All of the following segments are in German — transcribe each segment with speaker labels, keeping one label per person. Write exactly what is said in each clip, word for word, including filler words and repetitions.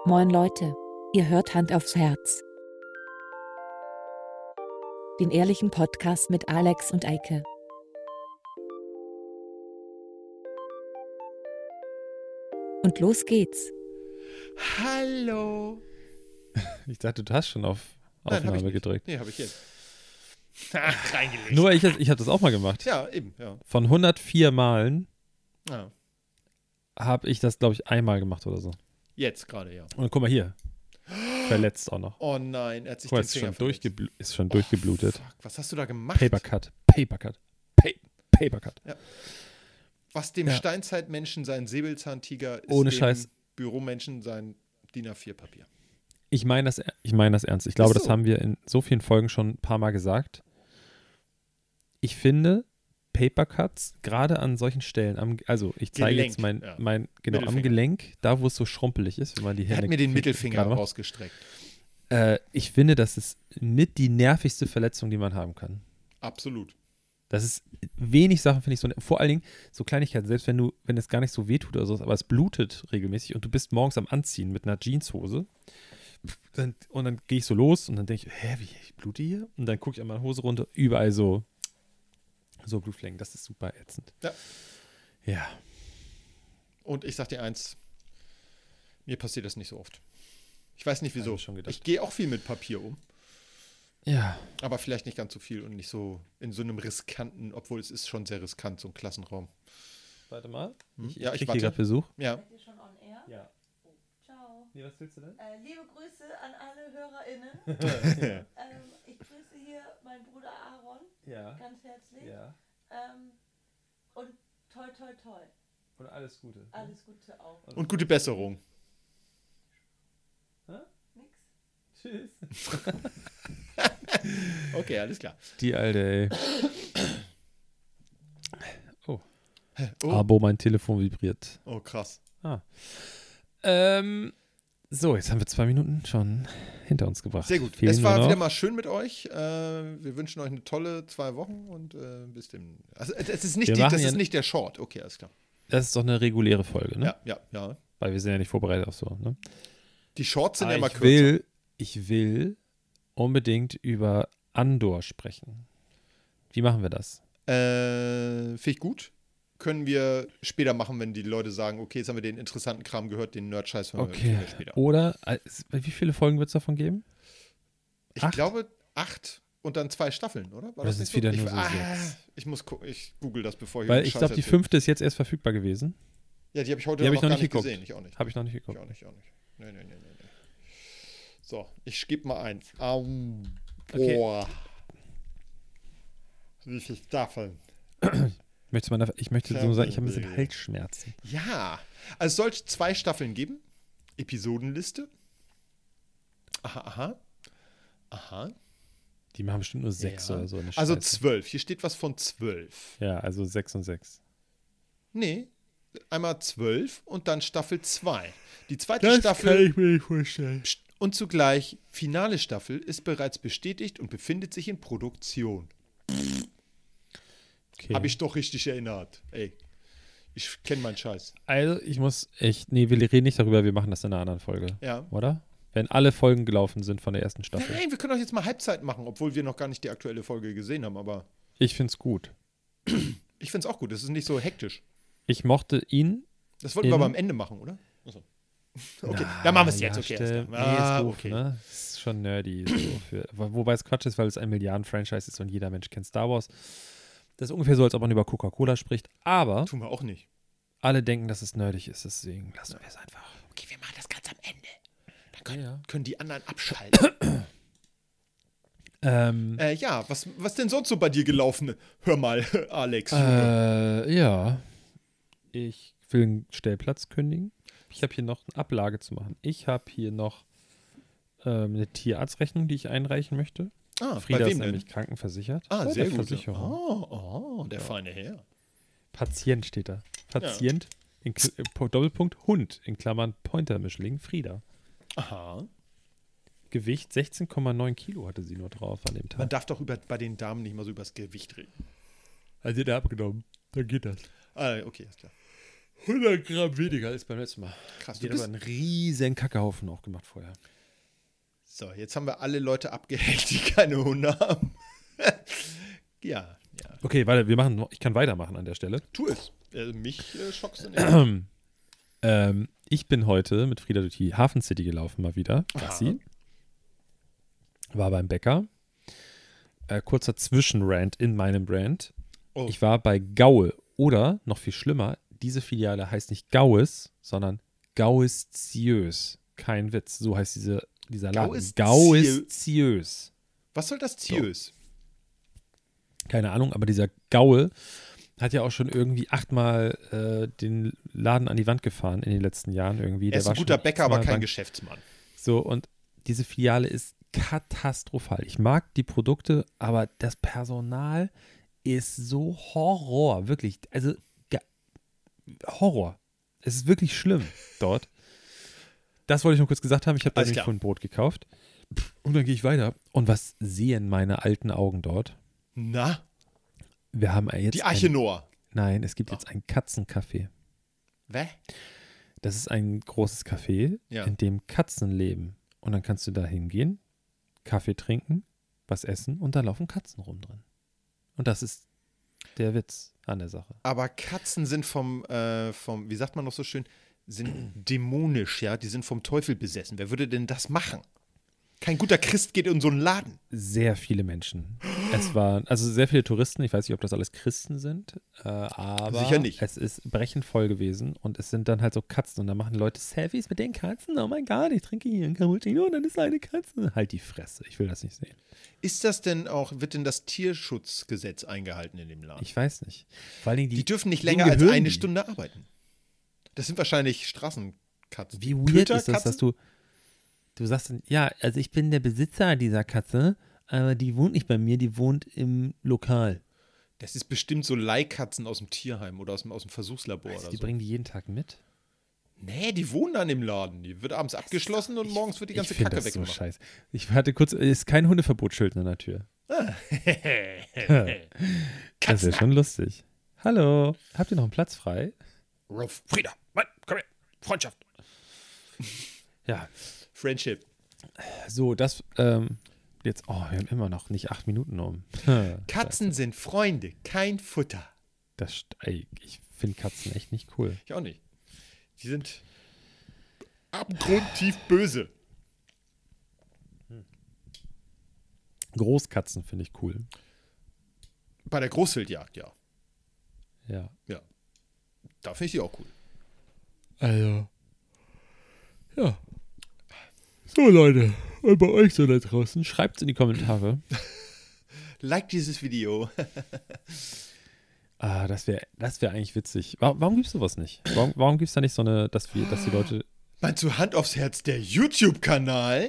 Speaker 1: Moin Leute, ihr hört Hand aufs Herz. Den ehrlichen Podcast mit Alex und Eike. Und los geht's.
Speaker 2: Hallo.
Speaker 3: Ich dachte, du hast schon auf
Speaker 2: Nein,
Speaker 3: Aufnahme
Speaker 2: hab ich nicht.
Speaker 3: gedrückt.
Speaker 2: Nee, habe ich jetzt. Ach, reingelegt.
Speaker 3: Nur ich, ich habe das auch mal gemacht.
Speaker 2: Ja, eben, ja.
Speaker 3: Von hundertvier Malen
Speaker 2: ja.
Speaker 3: habe ich das, glaube ich, einmal gemacht oder so.
Speaker 2: Jetzt gerade, ja.
Speaker 3: Und guck mal hier. Verletzt auch noch.
Speaker 2: Oh nein, er hat sich
Speaker 3: Guck mal,
Speaker 2: den
Speaker 3: ist
Speaker 2: Finger
Speaker 3: schon,
Speaker 2: verletzt.
Speaker 3: durchgeblu- ist schon durchgeblutet.
Speaker 2: Fuck, was hast du da gemacht?
Speaker 3: Papercut. Papercut. Pa- Papercut.
Speaker 2: Was dem
Speaker 3: Ja.
Speaker 2: Steinzeitmenschen sein Säbelzahntiger ist,
Speaker 3: Ohne
Speaker 2: dem
Speaker 3: Scheiß.
Speaker 2: Büromenschen sein D I N A vier Papier.
Speaker 3: Ich meine das, ich mein das ernst. Ich glaube,
Speaker 2: Ist so.
Speaker 3: das haben wir in so vielen Folgen schon ein paar Mal gesagt. Ich finde Papercuts, gerade an solchen Stellen, am, also ich zeige
Speaker 2: Gelenk,
Speaker 3: jetzt mein,
Speaker 2: ja.
Speaker 3: mein genau, am
Speaker 2: Mittelfinger.
Speaker 3: Gelenk, da wo es so schrumpelig ist, wenn man die
Speaker 2: Er
Speaker 3: Hände
Speaker 2: hat mir den
Speaker 3: gerade
Speaker 2: Mittelfinger
Speaker 3: macht.
Speaker 2: rausgestreckt.
Speaker 3: Äh, ich finde, das ist mit die nervigste Verletzung, die man haben kann.
Speaker 2: Absolut.
Speaker 3: Das ist wenig Sachen, finde ich so. Vor allen Dingen so Kleinigkeiten, selbst wenn du, wenn es gar nicht so wehtut oder so, aber es blutet regelmäßig und du bist morgens am Anziehen mit einer Jeanshose. Dann, und dann gehe ich so los und dann denke ich, hä, wie, ich blute hier? Und dann gucke ich an meine Hose runter, überall so, so Blutflecken. Das ist super ätzend.
Speaker 2: Ja.
Speaker 3: Ja.
Speaker 2: Und ich sag dir eins, mir passiert das nicht so oft. Ich weiß nicht wieso.
Speaker 3: Hab ich schon gedacht.
Speaker 2: Ich gehe auch viel mit Papier um.
Speaker 3: Ja.
Speaker 2: Aber vielleicht nicht ganz so viel und nicht so in so einem riskanten, obwohl es ist schon sehr riskant, so ein Klassenraum.
Speaker 3: Warte mal.
Speaker 2: Hm?
Speaker 3: Ich,
Speaker 2: Ja, ich
Speaker 3: krieg
Speaker 2: warte.
Speaker 3: hier gerade Besuch.
Speaker 2: Ja.
Speaker 4: Seid ihr schon on air?
Speaker 3: Ja.
Speaker 4: Oh, ciao.
Speaker 3: Nee, was willst du denn?
Speaker 4: Äh, liebe Grüße an alle HörerInnen. ähm, ich grüße hier meinen Bruder Aaron
Speaker 3: Ja.
Speaker 4: ganz herzlich.
Speaker 3: Ja.
Speaker 4: Ähm, und toi toi toi.
Speaker 3: Und alles Gute.
Speaker 4: Alles Gute auch.
Speaker 2: Und gute Besserung.
Speaker 4: Nix.
Speaker 3: Tschüss.
Speaker 2: Okay, alles klar.
Speaker 3: Die alte, ey.
Speaker 2: Oh,
Speaker 3: Abo, mein Telefon vibriert.
Speaker 2: oh krass.
Speaker 3: Ähm, so, jetzt haben wir zwei Minuten schon hinter uns gebracht.
Speaker 2: Sehr gut.
Speaker 3: Fehlen
Speaker 2: Es war
Speaker 3: nur noch-
Speaker 2: wieder mal schön mit euch. Äh, wir wünschen euch eine tolle zwei Wochen und äh, bis dem. Also, es ist nicht,
Speaker 3: Wir
Speaker 2: die,
Speaker 3: machen
Speaker 2: das
Speaker 3: ja-
Speaker 2: ist nicht der Short. Okay, alles klar.
Speaker 3: Das ist doch eine reguläre Folge, ne?
Speaker 2: Ja, ja, ja.
Speaker 3: Weil wir sind ja nicht vorbereitet auf so, ne?
Speaker 2: Die Shorts sind
Speaker 3: Aber
Speaker 2: ja immer
Speaker 3: ich
Speaker 2: kürzer.
Speaker 3: will, ich will unbedingt über Andor sprechen. Wie machen wir das?
Speaker 2: Äh, Finde ich gut. Können wir später machen, wenn die Leute sagen, okay, jetzt haben wir den interessanten Kram gehört, den Nerd-Scheiß hören wir-
Speaker 3: Okay.
Speaker 2: hören wir später.
Speaker 3: Oder, äh, wie viele Folgen wird es davon geben?
Speaker 2: Ich
Speaker 3: acht?
Speaker 2: glaube acht und dann zwei Staffeln, oder? War
Speaker 3: Das
Speaker 2: nicht
Speaker 3: ist wieder
Speaker 2: ich,
Speaker 3: nur so
Speaker 2: ah,
Speaker 3: sechs.
Speaker 2: Ich muss gucken, ich google das, bevor ich
Speaker 3: Weil
Speaker 2: irgendeinen
Speaker 3: ich
Speaker 2: Scheiß
Speaker 3: glaube, die
Speaker 2: erzähle.
Speaker 3: fünfte ist jetzt erst verfügbar gewesen.
Speaker 2: Ja, die habe ich heute
Speaker 3: Die hab
Speaker 2: noch,
Speaker 3: ich noch
Speaker 2: gar
Speaker 3: nicht
Speaker 2: nicht
Speaker 3: geguckt.
Speaker 2: gesehen. Ich auch nicht.
Speaker 3: Habe ich noch nicht
Speaker 2: Ich
Speaker 3: geguckt.
Speaker 2: auch nicht, ich auch nicht. Nee, nee, nee, nee, nee. So, ich gebe mal ein. Um,
Speaker 3: Okay.
Speaker 2: boah. Wie viele Staffeln?
Speaker 3: Ich möchte, meine, ich möchte
Speaker 2: Ja,
Speaker 3: nur sagen, ich habe ein
Speaker 2: bitte.
Speaker 3: bisschen Halsschmerzen.
Speaker 2: Ja, also es soll zwei Staffeln geben. Episodenliste. Aha, aha. Aha.
Speaker 3: Die machen bestimmt nur sechs
Speaker 2: Ja.
Speaker 3: oder so. Eine
Speaker 2: Also
Speaker 3: Scheiße.
Speaker 2: zwölf. Hier steht was von zwölf.
Speaker 3: Ja, also sechs und sechs.
Speaker 2: Nee, einmal zwölf und dann Staffel zwei. Die zweite Staffel
Speaker 3: ich mir nicht vorstellen.
Speaker 2: Psst, und zugleich finale Staffel ist bereits bestätigt und befindet sich in Produktion.
Speaker 3: Okay.
Speaker 2: Habe ich doch richtig erinnert. Ey, ich kenne meinen Scheiß.
Speaker 3: Also, ich muss echt, nee, wir reden nicht darüber, wir machen das in einer anderen Folge,
Speaker 2: Ja.
Speaker 3: oder? Wenn alle Folgen gelaufen sind von der ersten Staffel.
Speaker 2: Nein, wir können doch jetzt mal Halbzeit machen, obwohl wir noch gar nicht die aktuelle Folge gesehen haben. Aber
Speaker 3: Ich find's gut.
Speaker 2: ich finde es auch gut. Es ist nicht so hektisch.
Speaker 3: Ich mochte ihn.
Speaker 2: Das wollten wir
Speaker 3: In-
Speaker 2: aber am Ende machen, oder? Achso. Okay,
Speaker 3: Na,
Speaker 2: dann machen wir es
Speaker 3: ja,
Speaker 2: jetzt. Okay,
Speaker 3: stimmt.
Speaker 2: alles klar.
Speaker 3: Nee,
Speaker 2: Ah,
Speaker 3: ist doof,
Speaker 2: okay.
Speaker 3: ne? Ist schon nerdy. So für, wo- wobei es Quatsch ist, weil es ein Milliarden-Franchise ist und jeder Mensch kennt Star Wars. Das ist ungefähr so, als ob man über Coca-Cola spricht. Aber
Speaker 2: Tun wir auch nicht.
Speaker 3: alle denken, dass es nerdig ist. Deswegen lassen wir es einfach.
Speaker 2: Okay, wir machen das ganz am Ende. Dann können,
Speaker 3: Ja.
Speaker 2: können die anderen abschalten.
Speaker 3: Ähm,
Speaker 2: äh, ja, was, was denn sonst so bei dir gelaufen? Hör mal, Alex.
Speaker 3: äh, ja. Ich will einen Stellplatz kündigen. Ich habe hier noch eine Ablage zu machen. Ich habe hier noch ähm, eine Tierarztrechnung, die ich einreichen möchte.
Speaker 2: ah,
Speaker 3: Frieda
Speaker 2: bei
Speaker 3: ist
Speaker 2: wem denn?
Speaker 3: nämlich krankenversichert.
Speaker 2: Ah,
Speaker 3: Bei
Speaker 2: sehr
Speaker 3: der
Speaker 2: gut.
Speaker 3: Versicherung.
Speaker 2: Oh, oh, der feine Herr.
Speaker 3: Patient steht da. Patient, in Kl- äh, Doppelpunkt, Hund, in Klammern Pointer-Mischling, Frieda.
Speaker 2: Aha.
Speaker 3: Gewicht sechzehn Komma neun Kilo hatte sie nur drauf an dem
Speaker 2: Man
Speaker 3: Tag.
Speaker 2: darf doch über, bei den Damen nicht mal so übers Gewicht reden.
Speaker 3: Also der abgenommen. Dann geht das.
Speaker 2: Ah, okay, ist klar.
Speaker 3: hundert Gramm weniger als beim letzten Mal.
Speaker 2: krass.
Speaker 3: Die
Speaker 2: Du
Speaker 3: hat aber
Speaker 2: bist,
Speaker 3: einen riesen Kackehaufen auch gemacht vorher.
Speaker 2: so, jetzt haben wir alle Leute abgehängt, die keine Hunde haben. ja, ja.
Speaker 3: Okay, warte, wir machen, noch- ich kann weitermachen an der Stelle.
Speaker 2: Tu es. Äh, mich äh, schockst du nicht.
Speaker 3: ähm, ich bin heute mit Frieda durch die Hafen City gelaufen, mal wieder. Gassi. War beim Bäcker. Äh, kurzer Zwischenrant in meinem Brand.
Speaker 2: Oh.
Speaker 3: Ich war bei Gaue. Oder, noch viel schlimmer, diese Filiale heißt nicht Gaues, sondern Gaues-Ziös. Kein Witz, so heißt diese, dieser Laden.
Speaker 2: Gaues-
Speaker 3: Gaues-Ziös.
Speaker 2: Was soll das Ziös?
Speaker 3: Keine Ahnung, aber dieser Gaue hat ja auch schon irgendwie achtmal äh, den Laden an die Wand gefahren in den letzten Jahren irgendwie.
Speaker 2: Er
Speaker 3: Der
Speaker 2: ist
Speaker 3: war
Speaker 2: ein guter
Speaker 3: schon
Speaker 2: Bäcker, aber
Speaker 3: x-mal
Speaker 2: kein
Speaker 3: beim-
Speaker 2: Geschäftsmann.
Speaker 3: So, und diese Filiale ist katastrophal. Ich mag die Produkte, aber das Personal ist so Horror, wirklich. Also, ga- Horror. Es ist wirklich schlimm dort. Das wollte ich nur kurz gesagt haben. Ich habe da
Speaker 2: Alles
Speaker 3: nämlich
Speaker 2: klar.
Speaker 3: vorhin Brot gekauft. Und dann gehe ich weiter. Und was sehen meine alten Augen dort?
Speaker 2: Na,
Speaker 3: Wir haben jetzt
Speaker 2: die Arche
Speaker 3: ein,
Speaker 2: Noah.
Speaker 3: Nein, es gibt jetzt ein Katzencafé.
Speaker 2: Wä?
Speaker 3: Das ist ein großes Café,
Speaker 2: Ja.
Speaker 3: in dem Katzen leben. Und dann kannst du da hingehen, Kaffee trinken, was essen und da laufen Katzen rum drin. Und das ist der Witz an der Sache.
Speaker 2: Aber Katzen sind vom, äh, vom, wie sagt man noch so schön, sind dämonisch, ja? Die sind vom Teufel besessen. Wer würde denn das machen? Kein guter Christ geht in so einen Laden.
Speaker 3: Sehr viele Menschen. Es waren, also sehr viele Touristen. Ich weiß nicht, ob das alles Christen sind, äh, aber
Speaker 2: Sicher nicht.
Speaker 3: es ist brechend voll gewesen und es sind dann halt so Katzen und da machen Leute Selfies mit den Katzen. Oh mein Gott, ich trinke hier ein Cappuccino und dann ist eine Katze. Halt die Fresse, ich will das nicht sehen.
Speaker 2: Ist das denn auch, wird denn das Tierschutzgesetz eingehalten in dem Laden?
Speaker 3: Ich weiß nicht. Vor allen Dingen die,
Speaker 2: die dürfen nicht
Speaker 3: wem
Speaker 2: länger als
Speaker 3: gehören
Speaker 2: eine
Speaker 3: die?
Speaker 2: Stunde arbeiten. Das sind wahrscheinlich Straßenkatzen.
Speaker 3: Wie weird ist das, dass
Speaker 2: Köterkatzen?
Speaker 3: du, du sagst dann, ja, also ich bin der Besitzer dieser Katze, aber die wohnt nicht bei mir, die wohnt im Lokal.
Speaker 2: Das ist bestimmt so Leihkatzen aus dem Tierheim oder aus dem, aus dem Versuchslabor
Speaker 3: Also
Speaker 2: oder
Speaker 3: die
Speaker 2: so.
Speaker 3: bringen die jeden Tag mit?
Speaker 2: Nee, die wohnen dann im Laden. Die wird abends abgeschlossen und morgens wird die ganze
Speaker 3: ich find
Speaker 2: Kacke
Speaker 3: das so
Speaker 2: weggemacht.
Speaker 3: scheiße. Ich hatte kurz, es ist kein Hundeverbotsschild an der Tür. Das ist ja schon lustig. Hallo, habt ihr noch einen Platz frei?
Speaker 2: Rolf, Frieda, Mann, komm her. Freundschaft.
Speaker 3: Ja,
Speaker 2: Friendship.
Speaker 3: so, das, ähm, jetzt, oh, wir haben immer noch nicht acht Minuten um.
Speaker 2: Katzen sind Freunde, kein Futter.
Speaker 3: Das, st- ey, ich finde Katzen echt nicht cool.
Speaker 2: Ich auch nicht. Die sind abgrundtief böse.
Speaker 3: Großkatzen finde ich cool.
Speaker 2: Bei der Großwildjagd, ja.
Speaker 3: Ja.
Speaker 2: Ja. Da finde ich die auch cool.
Speaker 3: Also, ja. So, Leute, und bei euch so da draußen, schreibt es in die Kommentare.
Speaker 2: Like dieses Video.
Speaker 3: Ah, das wäre das wär eigentlich witzig. Warum, warum gibt es sowas nicht? Warum, warum gibt es da nicht so eine, dass, wir, dass die Leute.
Speaker 2: Meinst du Hand aufs Herz, der YouTube-Kanal?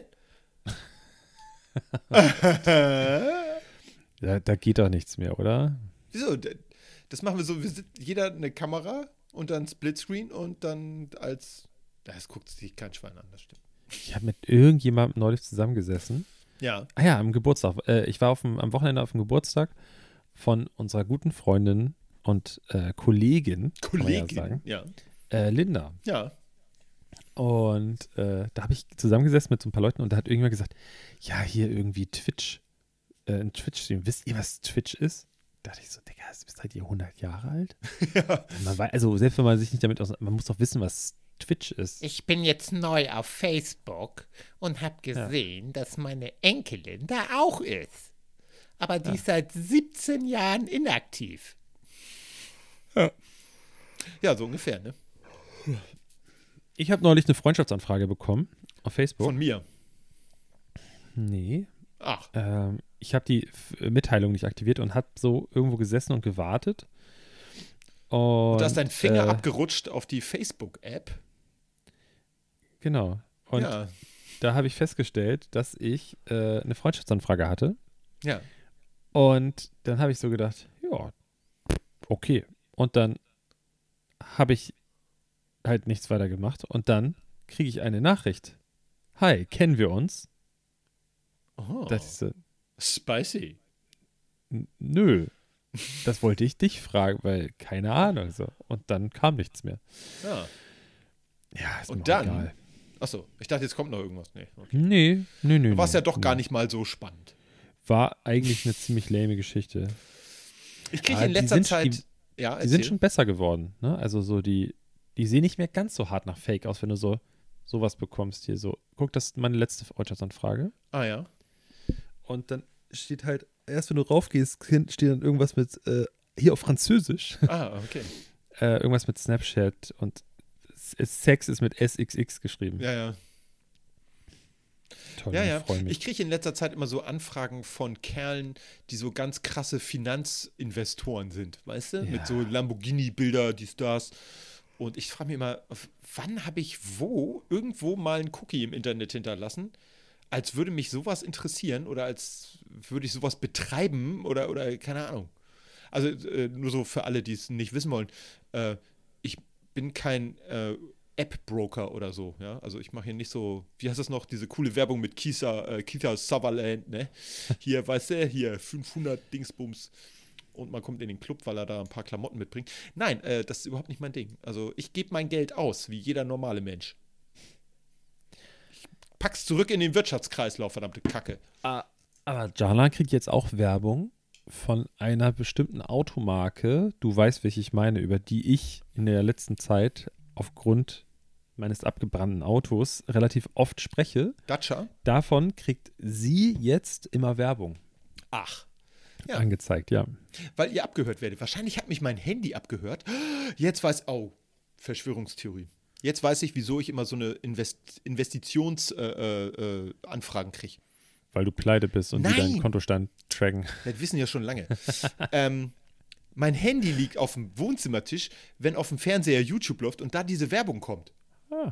Speaker 3: Ja, da geht doch nichts mehr, oder?
Speaker 2: Wieso? Das machen wir so, wir sind, jeder eine Kamera und dann Splitscreen und dann als, das guckt sich kein Schwein an, das stimmt.
Speaker 3: Ich habe mit irgendjemandem neulich zusammengesessen.
Speaker 2: Ja.
Speaker 3: Ah ja, am Geburtstag. Äh, ich war auf dem, am Wochenende auf dem Geburtstag von unserer guten Freundin und äh, Kollegin, kann man ja
Speaker 2: Kollegin.
Speaker 3: sagen,
Speaker 2: Ja.
Speaker 3: äh, Linda.
Speaker 2: Ja.
Speaker 3: Und äh, da habe ich zusammengesessen mit so ein paar Leuten und da hat irgendjemand gesagt, ja, hier irgendwie Twitch, äh, ein Twitch-Stream. Wisst ihr, was Twitch ist? Da dachte ich so, Digga, seid ihr hundert Jahre alt?
Speaker 2: Ja.
Speaker 3: Man weiß, also selbst wenn man sich nicht damit aus, man muss doch wissen, was Twitch ist.
Speaker 5: Ich bin jetzt neu auf Facebook und habe gesehen, dass meine Enkelin da auch ist. Aber die ist seit siebzehn Jahren inaktiv.
Speaker 2: Ja, so ungefähr, ne?
Speaker 3: Ich habe neulich eine Freundschaftsanfrage bekommen auf Facebook.
Speaker 2: Von mir.
Speaker 3: Nee.
Speaker 2: Ach.
Speaker 3: Ähm, ich habe die F Mitteilung nicht aktiviert und habe so irgendwo gesessen und gewartet. Und,
Speaker 2: Und da ist dein Finger
Speaker 3: äh,
Speaker 2: abgerutscht auf die Facebook-App.
Speaker 3: Genau. Und
Speaker 2: Ja.
Speaker 3: da habe ich festgestellt, dass ich äh, eine Freundschaftsanfrage hatte.
Speaker 2: Ja.
Speaker 3: Und dann habe ich so gedacht, ja, okay. Und dann habe ich halt nichts weiter gemacht. Und dann kriege ich eine Nachricht. Hi, kennen wir uns?
Speaker 2: Oh.
Speaker 3: Da dachte ich so,
Speaker 2: Spicy.
Speaker 3: N- Nö. Das wollte ich dich fragen, weil keine Ahnung so. Und dann kam nichts mehr.
Speaker 2: Ja.
Speaker 3: Ja, ist mir
Speaker 2: Und
Speaker 3: auch
Speaker 2: dann,
Speaker 3: egal.
Speaker 2: achso, ich dachte, jetzt kommt noch irgendwas. Nee, okay.
Speaker 3: Nee, nee, nee.
Speaker 2: War es
Speaker 3: nee,
Speaker 2: ja doch
Speaker 3: nee.
Speaker 2: gar nicht mal so spannend.
Speaker 3: War eigentlich eine ziemlich lame Geschichte.
Speaker 2: Ich kriege
Speaker 3: Ah,
Speaker 2: in
Speaker 3: die
Speaker 2: letzter
Speaker 3: sind-
Speaker 2: Zeit,
Speaker 3: die-
Speaker 2: ja,
Speaker 3: Die
Speaker 2: erzähl.
Speaker 3: sind schon besser geworden, ne? Also so die, die sehen nicht mehr ganz so hart nach Fake aus, wenn du so sowas bekommst hier so. Guck, das ist meine letzte Freundschaftsanfrage.
Speaker 2: Ah ja.
Speaker 3: Und dann steht halt, erst wenn du raufgehst, steht dann irgendwas mit, äh, hier auf Französisch,
Speaker 2: Ah, okay.
Speaker 3: äh, irgendwas mit Snapchat und S- Sex ist mit S X X geschrieben.
Speaker 2: Ja, ja.
Speaker 3: Toll,
Speaker 2: Ja,
Speaker 3: ich
Speaker 2: ja.
Speaker 3: freue mich.
Speaker 2: Ich kriege in letzter Zeit immer so Anfragen von Kerlen, die so ganz krasse Finanzinvestoren sind, weißt du?
Speaker 3: Ja.
Speaker 2: Mit so Lamborghini-Bilder, dies, das. Und ich frage mich immer, auf- wann habe ich wo, irgendwo mal einen Cookie im Internet hinterlassen, als würde mich sowas interessieren oder als würde ich sowas betreiben oder, oder keine Ahnung. Also äh, nur so für alle, die es nicht wissen wollen. Äh, ich bin kein äh, App-Broker oder so, ja. Also ich mache hier nicht so, wie heißt das noch, diese coole Werbung mit Keitha, äh, Keitha Sutherland, ne? Hier, weißt du, hier fünfhundert Dingsbums und man kommt in den Club, weil er da ein paar Klamotten mitbringt. Nein, äh, das ist überhaupt nicht mein Ding. Also ich gebe mein Geld aus, wie jeder normale Mensch. Ich pack's zurück in den Wirtschaftskreislauf, verdammte Kacke.
Speaker 3: Aber Jana kriegt jetzt auch Werbung von einer bestimmten Automarke, du weißt, welche ich meine, über die ich in der letzten Zeit aufgrund meines abgebrannten Autos relativ oft spreche.
Speaker 2: Dacia?
Speaker 3: Davon kriegt sie jetzt immer Werbung
Speaker 2: Ach. Ja.
Speaker 3: angezeigt, ja.
Speaker 2: Weil ihr abgehört werdet. Wahrscheinlich hat mich mein Handy abgehört. Jetzt weiß, oh, Verschwörungstheorie. Jetzt weiß ich, wieso ich immer so eine Invest Investitionsanfragen äh, äh, Anfragen kriege.
Speaker 3: Weil du pleite bist und die
Speaker 2: Nein.
Speaker 3: deinen Kontostand tracken.
Speaker 2: Das wissen ja schon lange. ähm, mein Handy liegt auf dem Wohnzimmertisch, wenn auf dem Fernseher YouTube läuft und da diese Werbung kommt.
Speaker 3: Ah.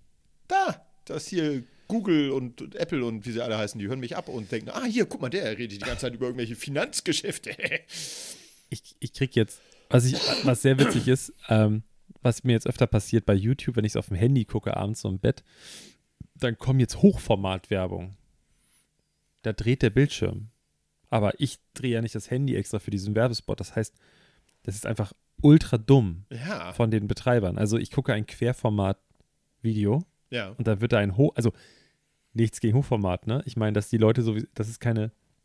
Speaker 2: Da, das hier Google und Apple und wie sie alle heißen, die hören mich ab und denken, ah, hier, guck mal, der redet die ganze Zeit über irgendwelche Finanzgeschäfte.
Speaker 3: Ich, ich krieg jetzt, was, ich, was sehr witzig ist, ähm, was mir jetzt öfter passiert bei YouTube, wenn ich es auf dem Handy gucke, abends so im Bett, dann kommen jetzt Hochformatwerbung. Da dreht der Bildschirm. Aber ich drehe ja nicht das Handy extra für diesen Werbespot. Das heißt, das ist einfach ultra dumm
Speaker 2: Ja,
Speaker 3: von den Betreibern. Also ich gucke ein Querformat-Video
Speaker 2: ja.
Speaker 3: und da wird da ein Hoch, also nichts gegen Hochformat, ne? Ich meine, dass die Leute so, das ist keine,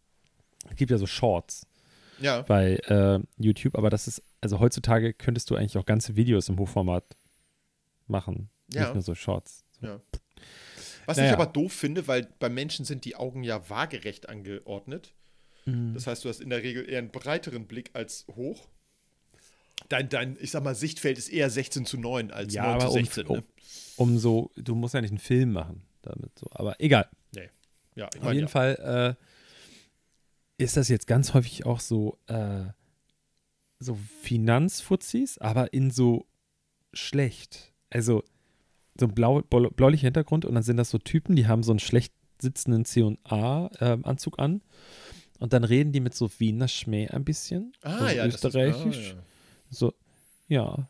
Speaker 3: es gibt ja so Shorts
Speaker 2: Ja,
Speaker 3: bei äh, YouTube, aber das ist, also heutzutage könntest du eigentlich auch ganze Videos im Hochformat machen.
Speaker 2: Ja.
Speaker 3: Nicht nur so Shorts.
Speaker 2: ja. Was
Speaker 3: Naja.
Speaker 2: ich aber doof finde, weil bei Menschen sind die Augen ja waagerecht angeordnet.
Speaker 3: Mhm.
Speaker 2: Das heißt, du hast in der Regel eher einen breiteren Blick als hoch. Dein, dein ich sag mal, Sichtfeld ist eher sechzehn zu neun als
Speaker 3: Ja,
Speaker 2: neun
Speaker 3: aber
Speaker 2: zu
Speaker 3: um,
Speaker 2: sechzehn.
Speaker 3: um,
Speaker 2: ne?
Speaker 3: um so, du musst ja nicht einen Film machen damit so, aber egal.
Speaker 2: Ja, ich
Speaker 3: Auf
Speaker 2: mein,
Speaker 3: jeden
Speaker 2: ja.
Speaker 3: Fall äh, ist das jetzt ganz häufig auch so, äh, so Finanzfuzis, aber in so schlecht. Also so ein blau, blau, bläulicher Hintergrund und dann sind das so Typen, die haben so einen schlecht sitzenden C und A-Anzug an und dann reden die mit so Wiener Schmäh ein bisschen,
Speaker 2: Ah,
Speaker 3: so
Speaker 2: ja, das ist,
Speaker 3: österreichisch.
Speaker 2: ah, ja.
Speaker 3: So, ja.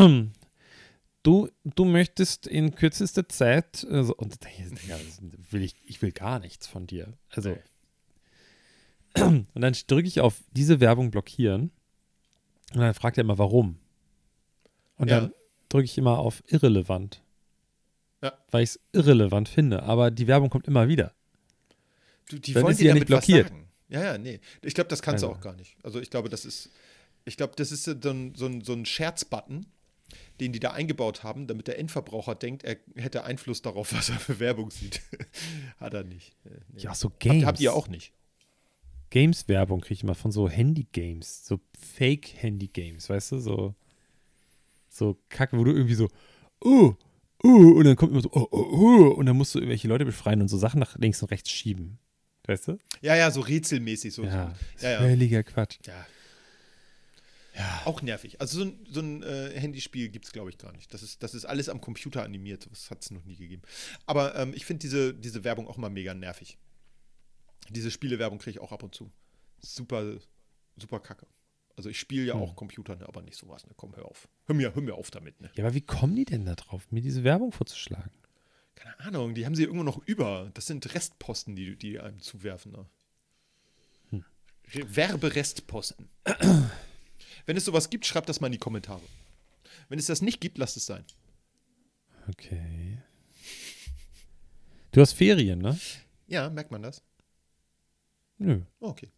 Speaker 3: Du, du möchtest in kürzester Zeit, also, und da denke ich, ja, das will ich, ich will gar nichts von dir. Also, und dann drücke ich auf diese Werbung blockieren und dann fragt er immer, warum. Und
Speaker 2: Ja.
Speaker 3: dann drücke ich immer auf irrelevant.
Speaker 2: Ja.
Speaker 3: Weil ich es irrelevant finde, aber die Werbung kommt immer wieder.
Speaker 2: Du, die
Speaker 3: Dann
Speaker 2: wollen
Speaker 3: ist
Speaker 2: dir
Speaker 3: sie ja
Speaker 2: damit
Speaker 3: nicht
Speaker 2: was
Speaker 3: blockiert.
Speaker 2: sagen. Ja, ja, nee. Ich glaube, das kannst du
Speaker 3: Also.
Speaker 2: auch gar nicht. Also ich glaube, das ist, ich glaube, das ist so ein, so ein, so ein Scherzbutton, den die da eingebaut haben, damit der Endverbraucher denkt, er hätte Einfluss darauf, was er für Werbung sieht. Hat er nicht. Äh, nee.
Speaker 3: Ja, so Games.
Speaker 2: Habt, habt ihr auch nicht?
Speaker 3: Games-Werbung kriege ich immer von so Handy-Games, so Fake-Handy-Games, weißt du, so, so Kacke, wo du irgendwie so, oh, oh, und dann kommt immer so, oh, oh, oh, und dann musst du irgendwelche Leute befreien und so Sachen nach links und rechts schieben, weißt du?
Speaker 2: Ja, ja, so rätselmäßig. So,
Speaker 3: Ja,
Speaker 2: so. ja, ja.
Speaker 3: völliger Quatsch.
Speaker 2: ja. Ja. Auch nervig. Also so ein, so ein äh, Handyspiel gibt es, glaube ich, gar nicht. Das ist, das ist alles am Computer animiert. Das hat es noch nie gegeben. Aber ähm, ich finde diese, diese Werbung auch mal mega nervig. Diese Spielewerbung kriege ich auch ab und zu. Super, super kacke. Also ich spiele ja
Speaker 3: Hm.
Speaker 2: auch Computer, ne, aber nicht sowas. Ne? Komm, hör auf. Hör mir, hör mir auf damit. Ne?
Speaker 3: Ja, aber wie kommen die denn da drauf, mir diese Werbung vorzuschlagen?
Speaker 2: Keine Ahnung, die haben sie irgendwo noch über. Das sind Restposten, die, die einem zuwerfen. Ne?
Speaker 3: Hm.
Speaker 2: Re- Werberestposten. Wenn es sowas gibt, schreibt das mal in die Kommentare. Wenn es das nicht gibt, lasst es sein.
Speaker 3: Okay. Du hast Ferien, ne?
Speaker 2: Ja, merkt man das?
Speaker 3: Nö.
Speaker 2: Oh, okay.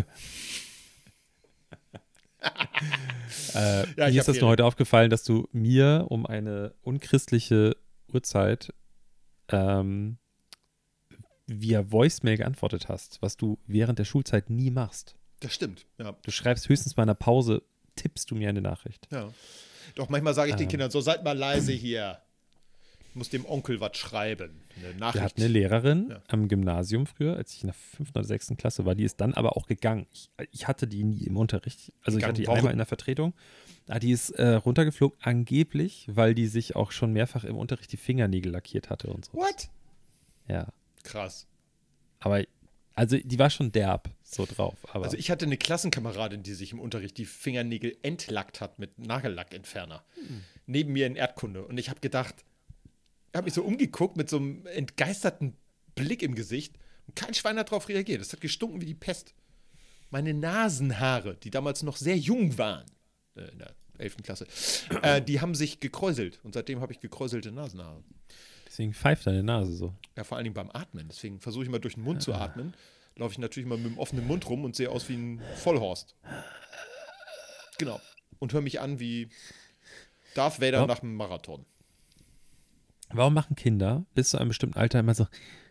Speaker 3: Äh,
Speaker 2: Ja, ich
Speaker 3: mir
Speaker 2: hab
Speaker 3: ist das
Speaker 2: Ferien.
Speaker 3: nur heute aufgefallen, dass du mir um eine unchristliche Uhrzeit ähm, via Voicemail geantwortet hast, was du während der Schulzeit nie machst.
Speaker 2: Das stimmt, ja.
Speaker 3: Du schreibst höchstens bei einer Pause, tippst du mir eine Nachricht.
Speaker 2: ja. Doch manchmal sage ich den
Speaker 3: Ähm.
Speaker 2: Kindern so, seid mal leise hier. Ich muss dem Onkel was schreiben. Eine Nachricht.
Speaker 3: Wir hatten eine Lehrerin
Speaker 2: Ja.
Speaker 3: am Gymnasium früher, als ich in der fünften oder sechsten Klasse war, die ist dann aber auch gegangen. Ich, ich hatte die nie im Unterricht. Also ich
Speaker 2: Gegangen,
Speaker 3: hatte die
Speaker 2: warum?
Speaker 3: einmal in der Vertretung. Ah, die ist äh, runtergeflogen, angeblich, weil die sich auch schon mehrfach im Unterricht die Fingernägel lackiert hatte und so.
Speaker 2: What?
Speaker 3: Ja.
Speaker 2: Krass.
Speaker 3: Aber, also die war schon derb so drauf. Aber
Speaker 2: Also ich hatte eine Klassenkameradin, die sich im Unterricht die Fingernägel entlackt hat mit Nagellackentferner.
Speaker 3: Hm.
Speaker 2: Neben mir in Erdkunde. Und ich habe gedacht, ich habe mich so umgeguckt mit so einem entgeisterten Blick im Gesicht. Und kein Schwein hat darauf reagiert. Es hat gestunken wie die Pest. Meine Nasenhaare, die damals noch sehr jung waren, äh, in der elften Klasse, äh, die haben sich gekräuselt. Und seitdem habe ich gekräuselte Nasenhaare.
Speaker 3: deswegen pfeift deine Nase so.
Speaker 2: Ja, vor allen Dingen beim Atmen. Deswegen versuche ich mal durch den Mund zu atmen. Laufe ich natürlich mal mit dem offenen Mund rum und sehe aus wie ein Vollhorst. Genau. Und höre mich an wie Darth Vader
Speaker 3: Ja.
Speaker 2: nach einem Marathon.
Speaker 3: Warum machen Kinder bis zu einem bestimmten Alter immer so,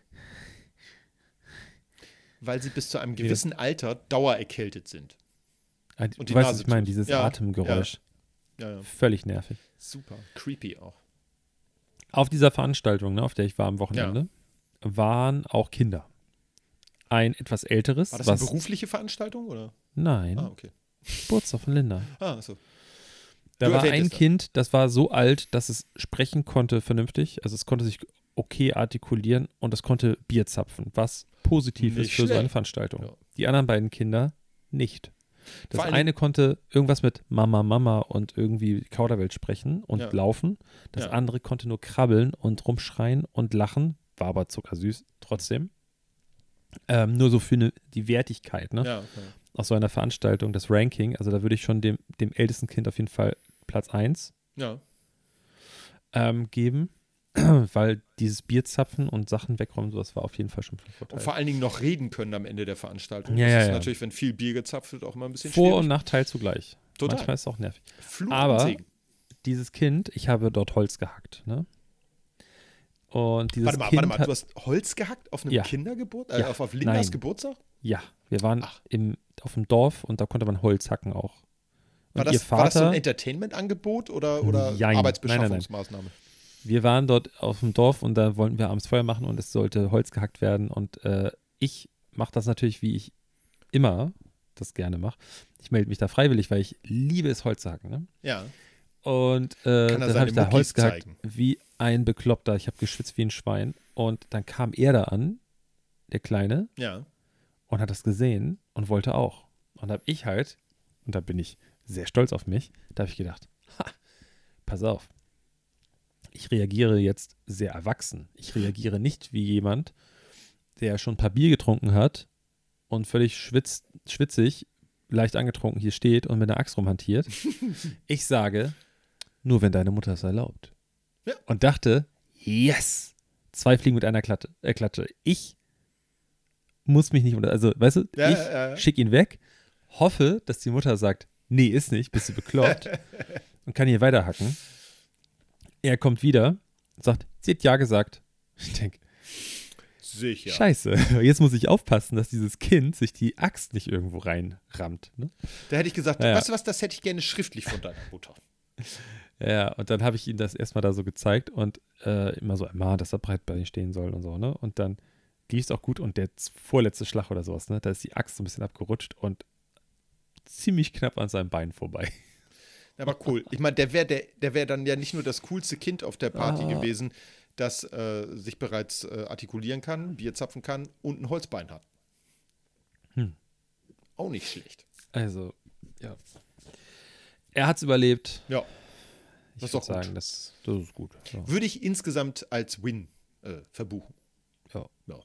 Speaker 2: Weil sie bis zu einem gewissen Alter dauererkältet sind.
Speaker 3: ah,
Speaker 2: Und
Speaker 3: du
Speaker 2: die
Speaker 3: weißt,
Speaker 2: Nase
Speaker 3: was ich meine,
Speaker 2: tut.
Speaker 3: dieses
Speaker 2: Ja,
Speaker 3: Atemgeräusch.
Speaker 2: Ja, ja.
Speaker 3: Völlig nervig.
Speaker 2: Super. Creepy auch.
Speaker 3: Auf dieser Veranstaltung, ne, auf der ich war am Wochenende, waren auch Kinder. Ein etwas älteres,
Speaker 2: War das
Speaker 3: was
Speaker 2: eine berufliche Veranstaltung, oder?
Speaker 3: nein,
Speaker 2: Ah, okay.
Speaker 3: Geburtstag von Linda.
Speaker 2: Ah, achso.
Speaker 3: Da
Speaker 2: Du
Speaker 3: war ein
Speaker 2: erwähntest das.
Speaker 3: Kind, das war so alt, dass es sprechen konnte vernünftig, also es konnte sich okay artikulieren und es konnte Bier zapfen, was positiv
Speaker 2: Nicht
Speaker 3: ist für so eine
Speaker 2: schlecht.
Speaker 3: Veranstaltung.
Speaker 2: Ja.
Speaker 3: Die anderen beiden Kinder nicht. Das
Speaker 2: Vor allen
Speaker 3: eine konnte irgendwas mit Mama, Mama und irgendwie Kauderwelsch sprechen und
Speaker 2: Ja.
Speaker 3: laufen. Das
Speaker 2: Ja.
Speaker 3: andere konnte nur krabbeln und rumschreien und lachen, war aber zuckersüß trotzdem. Ähm, nur so für eine, die Wertigkeit, ne?
Speaker 2: Ja, ja.
Speaker 3: Aus so einer Veranstaltung, das Ranking, also da würde ich schon dem, dem ältesten Kind auf jeden Fall Platz eins
Speaker 2: ja.
Speaker 3: ähm, geben, weil dieses Bierzapfen und Sachen wegräumen, sowas war auf jeden Fall schon von Vorteil.
Speaker 2: Und vor allen Dingen noch reden können am Ende der Veranstaltung.
Speaker 3: Ja,
Speaker 2: das
Speaker 3: ja,
Speaker 2: ist
Speaker 3: ja.
Speaker 2: natürlich, wenn viel Bier gezapft wird, auch immer ein bisschen
Speaker 3: Vor- und
Speaker 2: schwierig.
Speaker 3: Nachteil zugleich.
Speaker 2: Total.
Speaker 3: Manchmal ist es auch nervig.
Speaker 2: Fluch
Speaker 3: Aber-
Speaker 2: und Segen.
Speaker 3: Dieses Kind, ich habe dort Holz gehackt, ne? Und dieses
Speaker 2: Warte mal,
Speaker 3: Kind
Speaker 2: warte mal,
Speaker 3: hat,
Speaker 2: du hast Holz gehackt auf einem
Speaker 3: Ja.
Speaker 2: Kindergeburtstag? Äh,
Speaker 3: Ja.
Speaker 2: auf, auf Lindas
Speaker 3: Nein.
Speaker 2: Geburtstag?
Speaker 3: ja, wir waren
Speaker 2: Ach.
Speaker 3: im, auf dem Dorf und da konnte man Holz hacken auch.
Speaker 2: War
Speaker 3: Und ihr
Speaker 2: das, war das so ein
Speaker 3: Vater,
Speaker 2: Entertainment-Angebot oder, oder
Speaker 3: Jein.
Speaker 2: Arbeitsbeschaffungsmaßnahme?
Speaker 3: wir waren dort auf dem Dorf und da wollten wir abends Feuer machen und es sollte Holz gehackt werden und äh, ich mache das natürlich, wie ich immer das gerne mache. Ich melde mich da freiwillig, weil ich liebe es, Holz zu hacken, ne?
Speaker 2: Ja.
Speaker 3: Und äh,
Speaker 2: Kann er
Speaker 3: dann
Speaker 2: seine
Speaker 3: habe ich da
Speaker 2: Muckis
Speaker 3: Holz gehackt,
Speaker 2: zeigen.
Speaker 3: wie ein Bekloppter. Ich habe geschwitzt wie ein Schwein. Und dann kam er da an, der Kleine,
Speaker 2: Ja.
Speaker 3: und hat das gesehen und wollte auch. Und da habe ich halt, und da bin ich sehr stolz auf mich, da habe ich gedacht, ha, pass auf. Ich reagiere jetzt sehr erwachsen. Ich reagiere nicht wie jemand, der schon ein paar Bier getrunken hat und völlig schwitz, schwitzig, leicht angetrunken hier steht und mit einer Axt rumhantiert. Ich sage, nur wenn deine Mutter es erlaubt.
Speaker 2: Ja.
Speaker 3: Und dachte, yes, zwei Fliegen mit einer Klatte, äh, Klatsche. Ich muss mich nicht, unter, also weißt du,
Speaker 2: Ja,
Speaker 3: ich
Speaker 2: ja, ja.
Speaker 3: schicke ihn weg, hoffe, dass die Mutter sagt, nee, ist nicht, bist du bekloppt und kann hier weiterhacken. Er kommt wieder und sagt, sie hat ja gesagt. Ich denke,
Speaker 2: Sicher.
Speaker 3: scheiße, jetzt muss ich aufpassen, dass dieses Kind sich die Axt nicht irgendwo reinrammt. Ne?
Speaker 2: Da hätte ich gesagt,
Speaker 3: Ja, ja.
Speaker 2: weißt du was, das hätte ich gerne schriftlich von deiner Mutter.
Speaker 3: Ja, und dann habe ich ihm das erstmal da so gezeigt und äh, immer so ermahnt, dass er breit bei ihm stehen soll und so, ne? Und dann lief es auch gut und der z- vorletzte Schlag oder sowas, ne? Da ist die Axt so ein bisschen abgerutscht und ziemlich knapp an seinem Bein vorbei.
Speaker 2: Aber cool. Ich meine, der wäre der, der wär dann ja nicht nur das coolste Kind auf der Party
Speaker 3: Ah.
Speaker 2: gewesen, das äh, sich bereits äh, artikulieren kann, Bier zapfen kann und ein Holzbein hat.
Speaker 3: Hm.
Speaker 2: Auch nicht schlecht.
Speaker 3: Also, ja. Er hat es überlebt.
Speaker 2: Ja.
Speaker 3: Ich
Speaker 2: Das ist
Speaker 3: würde
Speaker 2: doch gut.
Speaker 3: sagen, das, das ist gut. Ja.
Speaker 2: Würde ich insgesamt als Win äh, verbuchen.
Speaker 3: Ja.
Speaker 2: Ja.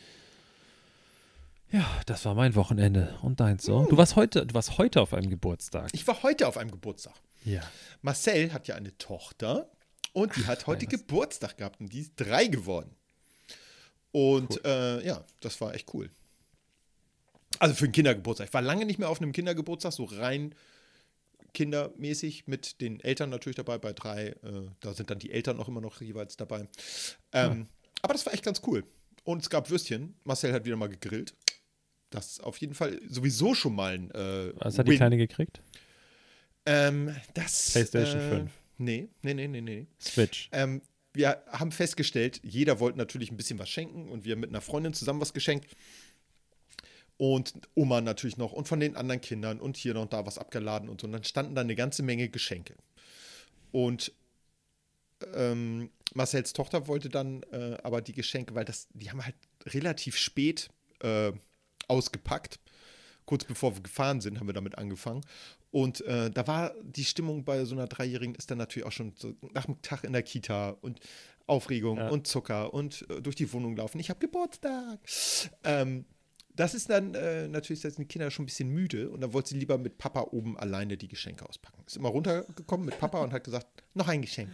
Speaker 3: ja, das war mein Wochenende. Und deins so? Du warst heute, du warst heute auf einem Geburtstag.
Speaker 2: Ich war heute auf einem Geburtstag.
Speaker 3: Ja.
Speaker 2: Marcel hat ja eine Tochter Und die hat heute
Speaker 3: nein, was-
Speaker 2: Geburtstag gehabt und die ist drei geworden. Und
Speaker 3: Cool.
Speaker 2: äh, ja, das war echt cool. Also für einen Kindergeburtstag. Ich war lange nicht mehr auf einem Kindergeburtstag, so rein kindermäßig, mit den Eltern natürlich dabei, bei drei. Äh, da sind dann die Eltern auch immer noch jeweils dabei. Ähm, aber das war echt ganz cool. Und es gab Würstchen. Marcel hat wieder mal gegrillt. Das ist auf jeden Fall sowieso schon mal ein äh,
Speaker 3: Was hat die
Speaker 2: Win.
Speaker 3: Kleine gekriegt?
Speaker 2: Ähm, das,
Speaker 3: PlayStation
Speaker 2: äh,
Speaker 3: fünf.
Speaker 2: Nee, nee, nee, nee, nee.
Speaker 3: Switch.
Speaker 2: Ähm, wir haben festgestellt, jeder wollte natürlich ein bisschen was schenken und wir haben mit einer Freundin zusammen was geschenkt. Und Oma natürlich noch und von den anderen Kindern und hier noch und da was abgeladen und so. Und dann standen da eine ganze Menge Geschenke. Und ähm, Marcels Tochter wollte dann äh, aber die Geschenke, weil das, die haben halt relativ spät äh, ausgepackt. Kurz bevor wir gefahren sind, haben wir damit angefangen. Und äh, da war die Stimmung bei so einer Dreijährigen ist dann natürlich auch schon so nach dem Tag in der Kita und Aufregung
Speaker 3: Ja.
Speaker 2: und Zucker und äh, durch die Wohnung laufen. Ich habe Geburtstag. Ähm, das ist dann äh, natürlich, da sind die Kinder schon ein bisschen müde und dann wollte sie lieber mit Papa oben alleine die Geschenke auspacken. Ist immer runtergekommen mit Papa und hat gesagt, noch ein Geschenk.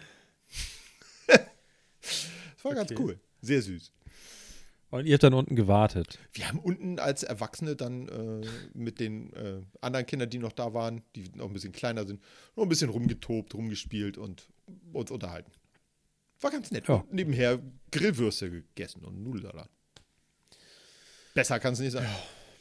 Speaker 2: Das war ganz
Speaker 3: Okay.
Speaker 2: cool. Sehr süß.
Speaker 3: Und ihr habt dann unten gewartet.
Speaker 2: Wir haben unten als Erwachsene dann äh, mit den äh, anderen Kindern, die noch da waren, die noch ein bisschen kleiner sind, noch ein bisschen rumgetobt, rumgespielt und uns unterhalten. War ganz nett.
Speaker 3: Ja.
Speaker 2: Und nebenher Grillwürste gegessen und Nudelsalat. Besser kann es nicht sein.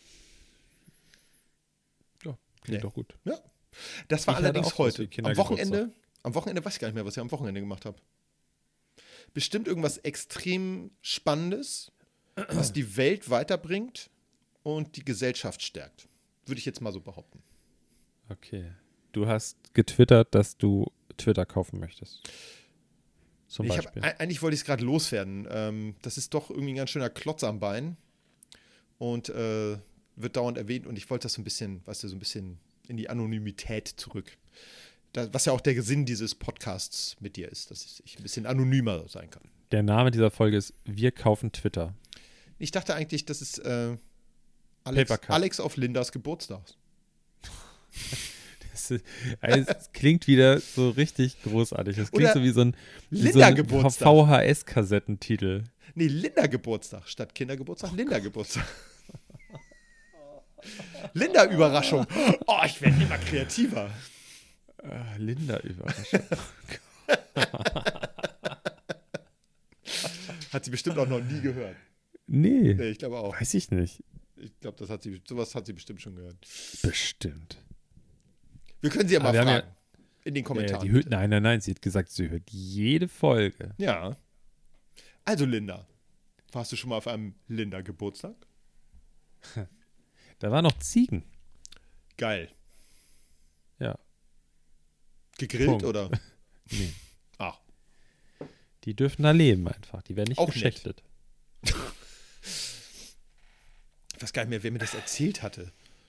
Speaker 3: Ja, klingt
Speaker 2: Nee.
Speaker 3: doch gut.
Speaker 2: Ja. Das war
Speaker 3: Ich hatte
Speaker 2: allerdings
Speaker 3: auch sowas
Speaker 2: heute.
Speaker 3: wie
Speaker 2: Am Wochenende,
Speaker 3: Kindergeburtstag.
Speaker 2: am Wochenende weiß ich gar nicht mehr, was ich am Wochenende gemacht habe. Bestimmt irgendwas extrem Spannendes, was die Welt weiterbringt und die Gesellschaft stärkt. Würde ich jetzt mal so behaupten.
Speaker 3: Okay. Du hast getwittert, dass du Twitter kaufen möchtest. Zum
Speaker 2: Ich hab,
Speaker 3: Beispiel.
Speaker 2: e- eigentlich wollte ich es gerade loswerden. Ähm, das ist doch irgendwie ein ganz schöner Klotz am Bein und äh, wird dauernd erwähnt und ich wollte das so ein bisschen, weißt du, so ein bisschen in die Anonymität zurück. Da, was ja auch der Sinn dieses Podcasts mit dir ist, dass ich ein bisschen anonymer sein kann.
Speaker 3: Der Name dieser Folge ist Wir kaufen Twitter.
Speaker 2: Ich dachte eigentlich, das ist äh, Alex,
Speaker 3: Papercut.
Speaker 2: Alex auf Lindas Geburtstag.
Speaker 3: Das, ist, also, es klingt wieder so richtig großartig. Es klingt
Speaker 2: Oder
Speaker 3: so wie so ein, wie so
Speaker 2: Linda
Speaker 3: ein
Speaker 2: Geburtstag.
Speaker 3: V H S-Kassettentitel.
Speaker 2: Nee, Linda Geburtstag statt Kindergeburtstag, Linda Geburtstag. Linda Überraschung. Oh, ich werde immer kreativer.
Speaker 3: Ah, Linda Überraschung.
Speaker 2: Hat sie bestimmt auch noch nie gehört.
Speaker 3: Nee,
Speaker 2: Nee, ich glaube auch.
Speaker 3: weiß ich nicht.
Speaker 2: Ich glaube, das hat sie, sowas hat sie bestimmt schon gehört.
Speaker 3: Bestimmt.
Speaker 2: Wir können sie ja
Speaker 3: Aber
Speaker 2: mal
Speaker 3: wir haben
Speaker 2: fragen. In den
Speaker 3: Ja,
Speaker 2: Kommentaren.
Speaker 3: die hört, nein, nein, nein, sie hat gesagt, sie hört jede Folge.
Speaker 2: Ja. Also, Linda. Warst du schon mal auf einem Linda-Geburtstag?
Speaker 3: Da waren noch Ziegen.
Speaker 2: Geil.
Speaker 3: Ja.
Speaker 2: Gegrillt
Speaker 3: Punkt.
Speaker 2: oder?
Speaker 3: Nee.
Speaker 2: Ach.
Speaker 3: Die dürfen da leben einfach. Die werden nicht
Speaker 2: Auch
Speaker 3: geschächtet.
Speaker 2: Ich weiß gar nicht mehr, wer mir das erzählt hatte.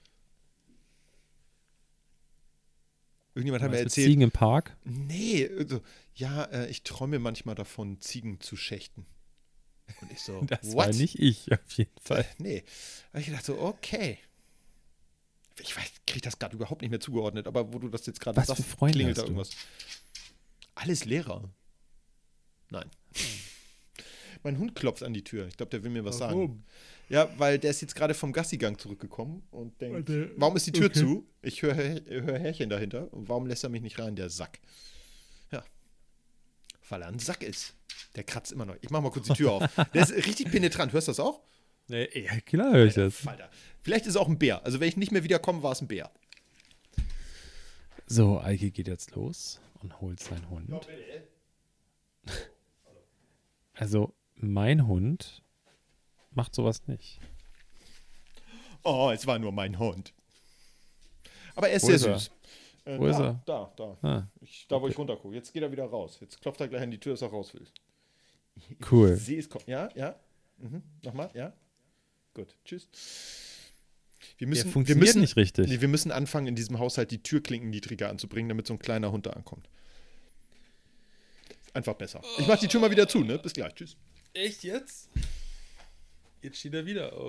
Speaker 2: Irgendjemand hat mir
Speaker 3: Meinst du mit
Speaker 2: erzählt.
Speaker 3: Ziegen im Park?
Speaker 2: Nee, so, ja, äh, ich träume manchmal davon, Ziegen zu schächten. Und ich so,
Speaker 3: Das
Speaker 2: what?
Speaker 3: war nicht ich, auf jeden Fall.
Speaker 2: Nee. Da hab ich gedacht so, okay. Ich weiß, krieg das gerade überhaupt nicht mehr zugeordnet, aber wo du das jetzt gerade
Speaker 3: Was für
Speaker 2: sagst,
Speaker 3: Freunde
Speaker 2: klingelt da
Speaker 3: hast du?
Speaker 2: irgendwas. Alles Lehrer. Nein. Mein Hund klopft an die Tür. Ich glaube, der will mir was sagen. Ja, weil der ist jetzt gerade vom Gassigang zurückgekommen und denkt,
Speaker 3: Warte,
Speaker 2: warum ist die Tür
Speaker 3: okay.
Speaker 2: zu? Ich höre hör Härchen dahinter. Und warum lässt er mich nicht rein, der Sack? Ja. Weil er ein Sack ist. Der kratzt immer noch. Ich mach mal kurz die Tür auf. Der ist richtig penetrant. Hörst du das auch?
Speaker 3: Nee, ja, klar höre ich das.
Speaker 2: Alter. Vielleicht ist es auch ein Bär. Also wenn ich nicht mehr wiederkomme, war es ein Bär.
Speaker 3: So, Eike geht jetzt los und holt seinen Hund. Also, mein Hund macht sowas nicht.
Speaker 2: Oh, es war nur mein Hund. Aber er ist
Speaker 3: Wo
Speaker 2: sehr
Speaker 3: ist er?
Speaker 2: süß. Äh,
Speaker 3: Wo
Speaker 2: da,
Speaker 3: ist er?
Speaker 2: Da, da.
Speaker 3: Ah,
Speaker 2: Ich, da, wo ich runter gucke. Jetzt geht er wieder raus. Jetzt klopft er gleich an die Tür, dass er raus will.
Speaker 3: cool.
Speaker 2: Ich sehe es kommen. Ja, ja. Mhm. Nochmal, ja. Gut, tschüss. Wir müssen,
Speaker 3: Der
Speaker 2: wir
Speaker 3: funktioniert
Speaker 2: müssen,
Speaker 3: nicht richtig.
Speaker 2: Nee, wir müssen anfangen, in diesem Haushalt die Türklinken niedriger anzubringen, damit so ein kleiner Hund da ankommt. Einfach besser. Ich mach die Tür mal wieder zu, ne? Bis gleich. Tschüss.
Speaker 3: Echt jetzt? Jetzt steht er wieder auf.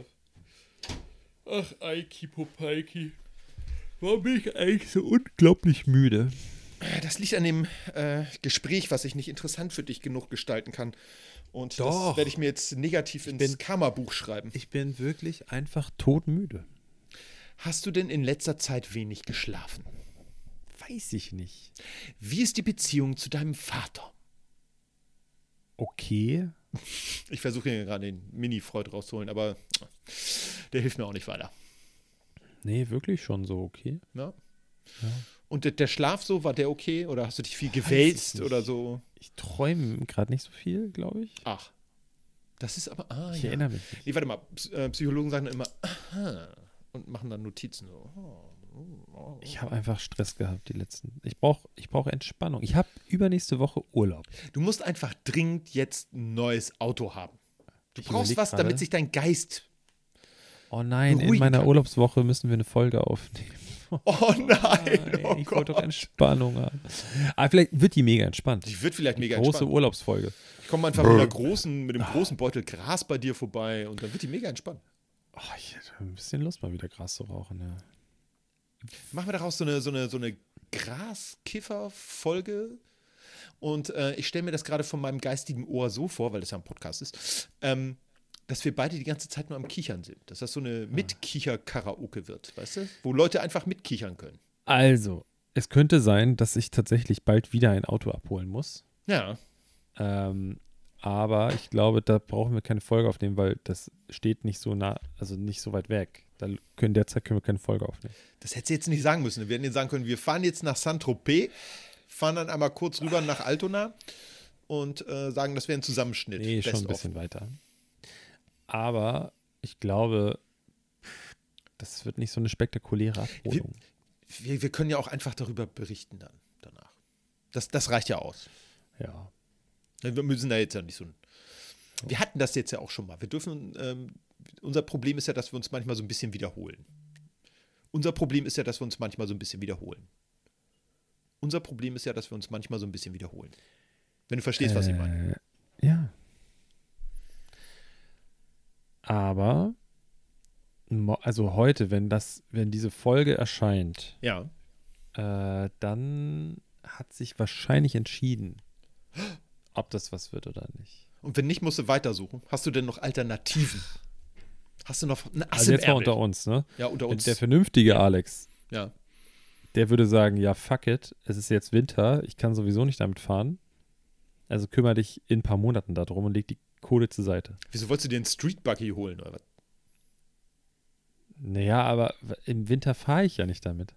Speaker 3: Ach, Eiki Popeiki. Warum bin ich eigentlich so unglaublich müde?
Speaker 2: Das liegt an dem äh, Gespräch, was ich nicht interessant für dich genug gestalten kann. Und
Speaker 3: Doch.
Speaker 2: das werde ich mir jetzt negativ ins
Speaker 3: bin-
Speaker 2: Karma-Buch schreiben.
Speaker 3: Ich bin wirklich einfach todmüde.
Speaker 2: Hast du denn in letzter Zeit wenig geschlafen?
Speaker 3: Weiß ich nicht.
Speaker 2: Wie ist die Beziehung zu deinem Vater?
Speaker 3: Okay.
Speaker 2: Ich versuche hier gerade den Mini-Freud rauszuholen, aber der hilft mir auch nicht weiter.
Speaker 3: Nee, wirklich schon so okay.
Speaker 2: Ja?
Speaker 3: Ja.
Speaker 2: Und der, der Schlaf so, war der okay? Oder hast du dich viel
Speaker 3: Weiß ich
Speaker 2: gewälzt
Speaker 3: nicht.
Speaker 2: oder so?
Speaker 3: Ich träume gerade nicht so viel, glaube ich.
Speaker 2: Ach. Das ist aber. Ah,
Speaker 3: Ich
Speaker 2: ja.
Speaker 3: erinnere mich nicht.
Speaker 2: Nee, warte mal. Ps- äh, Psychologen sagen dann immer, aha. Und machen dann Notizen. So. Oh, oh, oh.
Speaker 3: Ich habe einfach Stress gehabt, die letzten. Ich brauche ich brauch Entspannung. Ich habe übernächste Woche Urlaub.
Speaker 2: Du musst einfach dringend jetzt ein neues Auto haben. Du
Speaker 3: Ich
Speaker 2: brauchst
Speaker 3: überleg
Speaker 2: was,
Speaker 3: gerade.
Speaker 2: damit sich dein Geist.
Speaker 3: Oh nein, in
Speaker 2: Beruhigen
Speaker 3: meiner
Speaker 2: kann.
Speaker 3: Urlaubswoche müssen wir eine Folge aufnehmen.
Speaker 2: Oh nein, oh
Speaker 3: ich wollte doch
Speaker 2: Gott.
Speaker 3: Entspannung haben. Aber vielleicht wird die mega entspannt.
Speaker 2: Die wird vielleicht mega
Speaker 3: Große
Speaker 2: entspannt.
Speaker 3: Urlaubsfolge.
Speaker 2: Ich komme einfach mit, einer großen, mit einem großen Beutel Gras bei dir vorbei und dann wird die mega entspannt.
Speaker 3: Oh, ich hätte ein bisschen Lust, mal wieder Gras zu rauchen. Ja.
Speaker 2: Machen wir daraus so eine, so eine, so eine Graskiffer-Folge. Und äh, ich stelle mir das gerade von meinem geistigen Ohr so vor, weil das ja ein Podcast ist, ähm, dass wir beide die ganze Zeit nur am Kichern sind. Dass das so eine Mitkicher-Karaoke wird, weißt du? Wo Leute einfach mitkichern können.
Speaker 3: Also, es könnte sein, dass ich tatsächlich bald wieder ein Auto abholen muss.
Speaker 2: Ja.
Speaker 3: Ähm, aber ich glaube, da brauchen wir keine Folge aufnehmen, weil das steht nicht so nah, also nicht so weit weg. Da können derzeit können wir keine Folge aufnehmen.
Speaker 2: Das hättest du jetzt nicht sagen müssen. Wir hätten jetzt sagen können, wir fahren jetzt nach Saint-Tropez, fahren dann einmal kurz rüber nach Altona und äh, sagen, das wäre ein Zusammenschnitt.
Speaker 3: Nee, schon
Speaker 2: Best
Speaker 3: ein
Speaker 2: of.
Speaker 3: bisschen weiter. Aber ich glaube, das wird nicht so eine spektakuläre Abholung.
Speaker 2: Wir, wir können ja auch einfach darüber berichten dann danach. Das, das reicht ja aus.
Speaker 3: Ja.
Speaker 2: Wir müssen da jetzt ja nicht so ein. Wir hatten das jetzt ja auch schon mal. Wir dürfen, ähm, unser Problem ist ja, dass wir uns manchmal so ein bisschen wiederholen. Unser Problem ist ja, dass wir uns manchmal so ein bisschen wiederholen. Unser Problem ist ja, dass wir uns manchmal so ein bisschen wiederholen. Wenn du verstehst, was ich meine.
Speaker 3: Äh, Ja. Aber, mo- also heute, wenn das, wenn diese Folge erscheint,
Speaker 2: Ja.
Speaker 3: äh, dann hat sich wahrscheinlich entschieden, ob das was wird oder nicht.
Speaker 2: Und wenn nicht, musst du weitersuchen. Hast du denn noch Alternativen? Hast du noch eine Ass
Speaker 3: Also
Speaker 2: im
Speaker 3: jetzt mal
Speaker 2: Ärmel?
Speaker 3: unter uns, ne?
Speaker 2: Ja, unter uns.
Speaker 3: Der vernünftige Alex,
Speaker 2: Ja.
Speaker 3: der würde sagen, ja, fuck it, es ist jetzt Winter, ich kann sowieso nicht damit fahren. Also kümmere dich in ein paar Monaten darum und leg die Kohle zur Seite.
Speaker 2: Wieso wolltest du dir einen Street Buggy holen oder was?
Speaker 3: Naja, aber im Winter fahre ich ja nicht damit.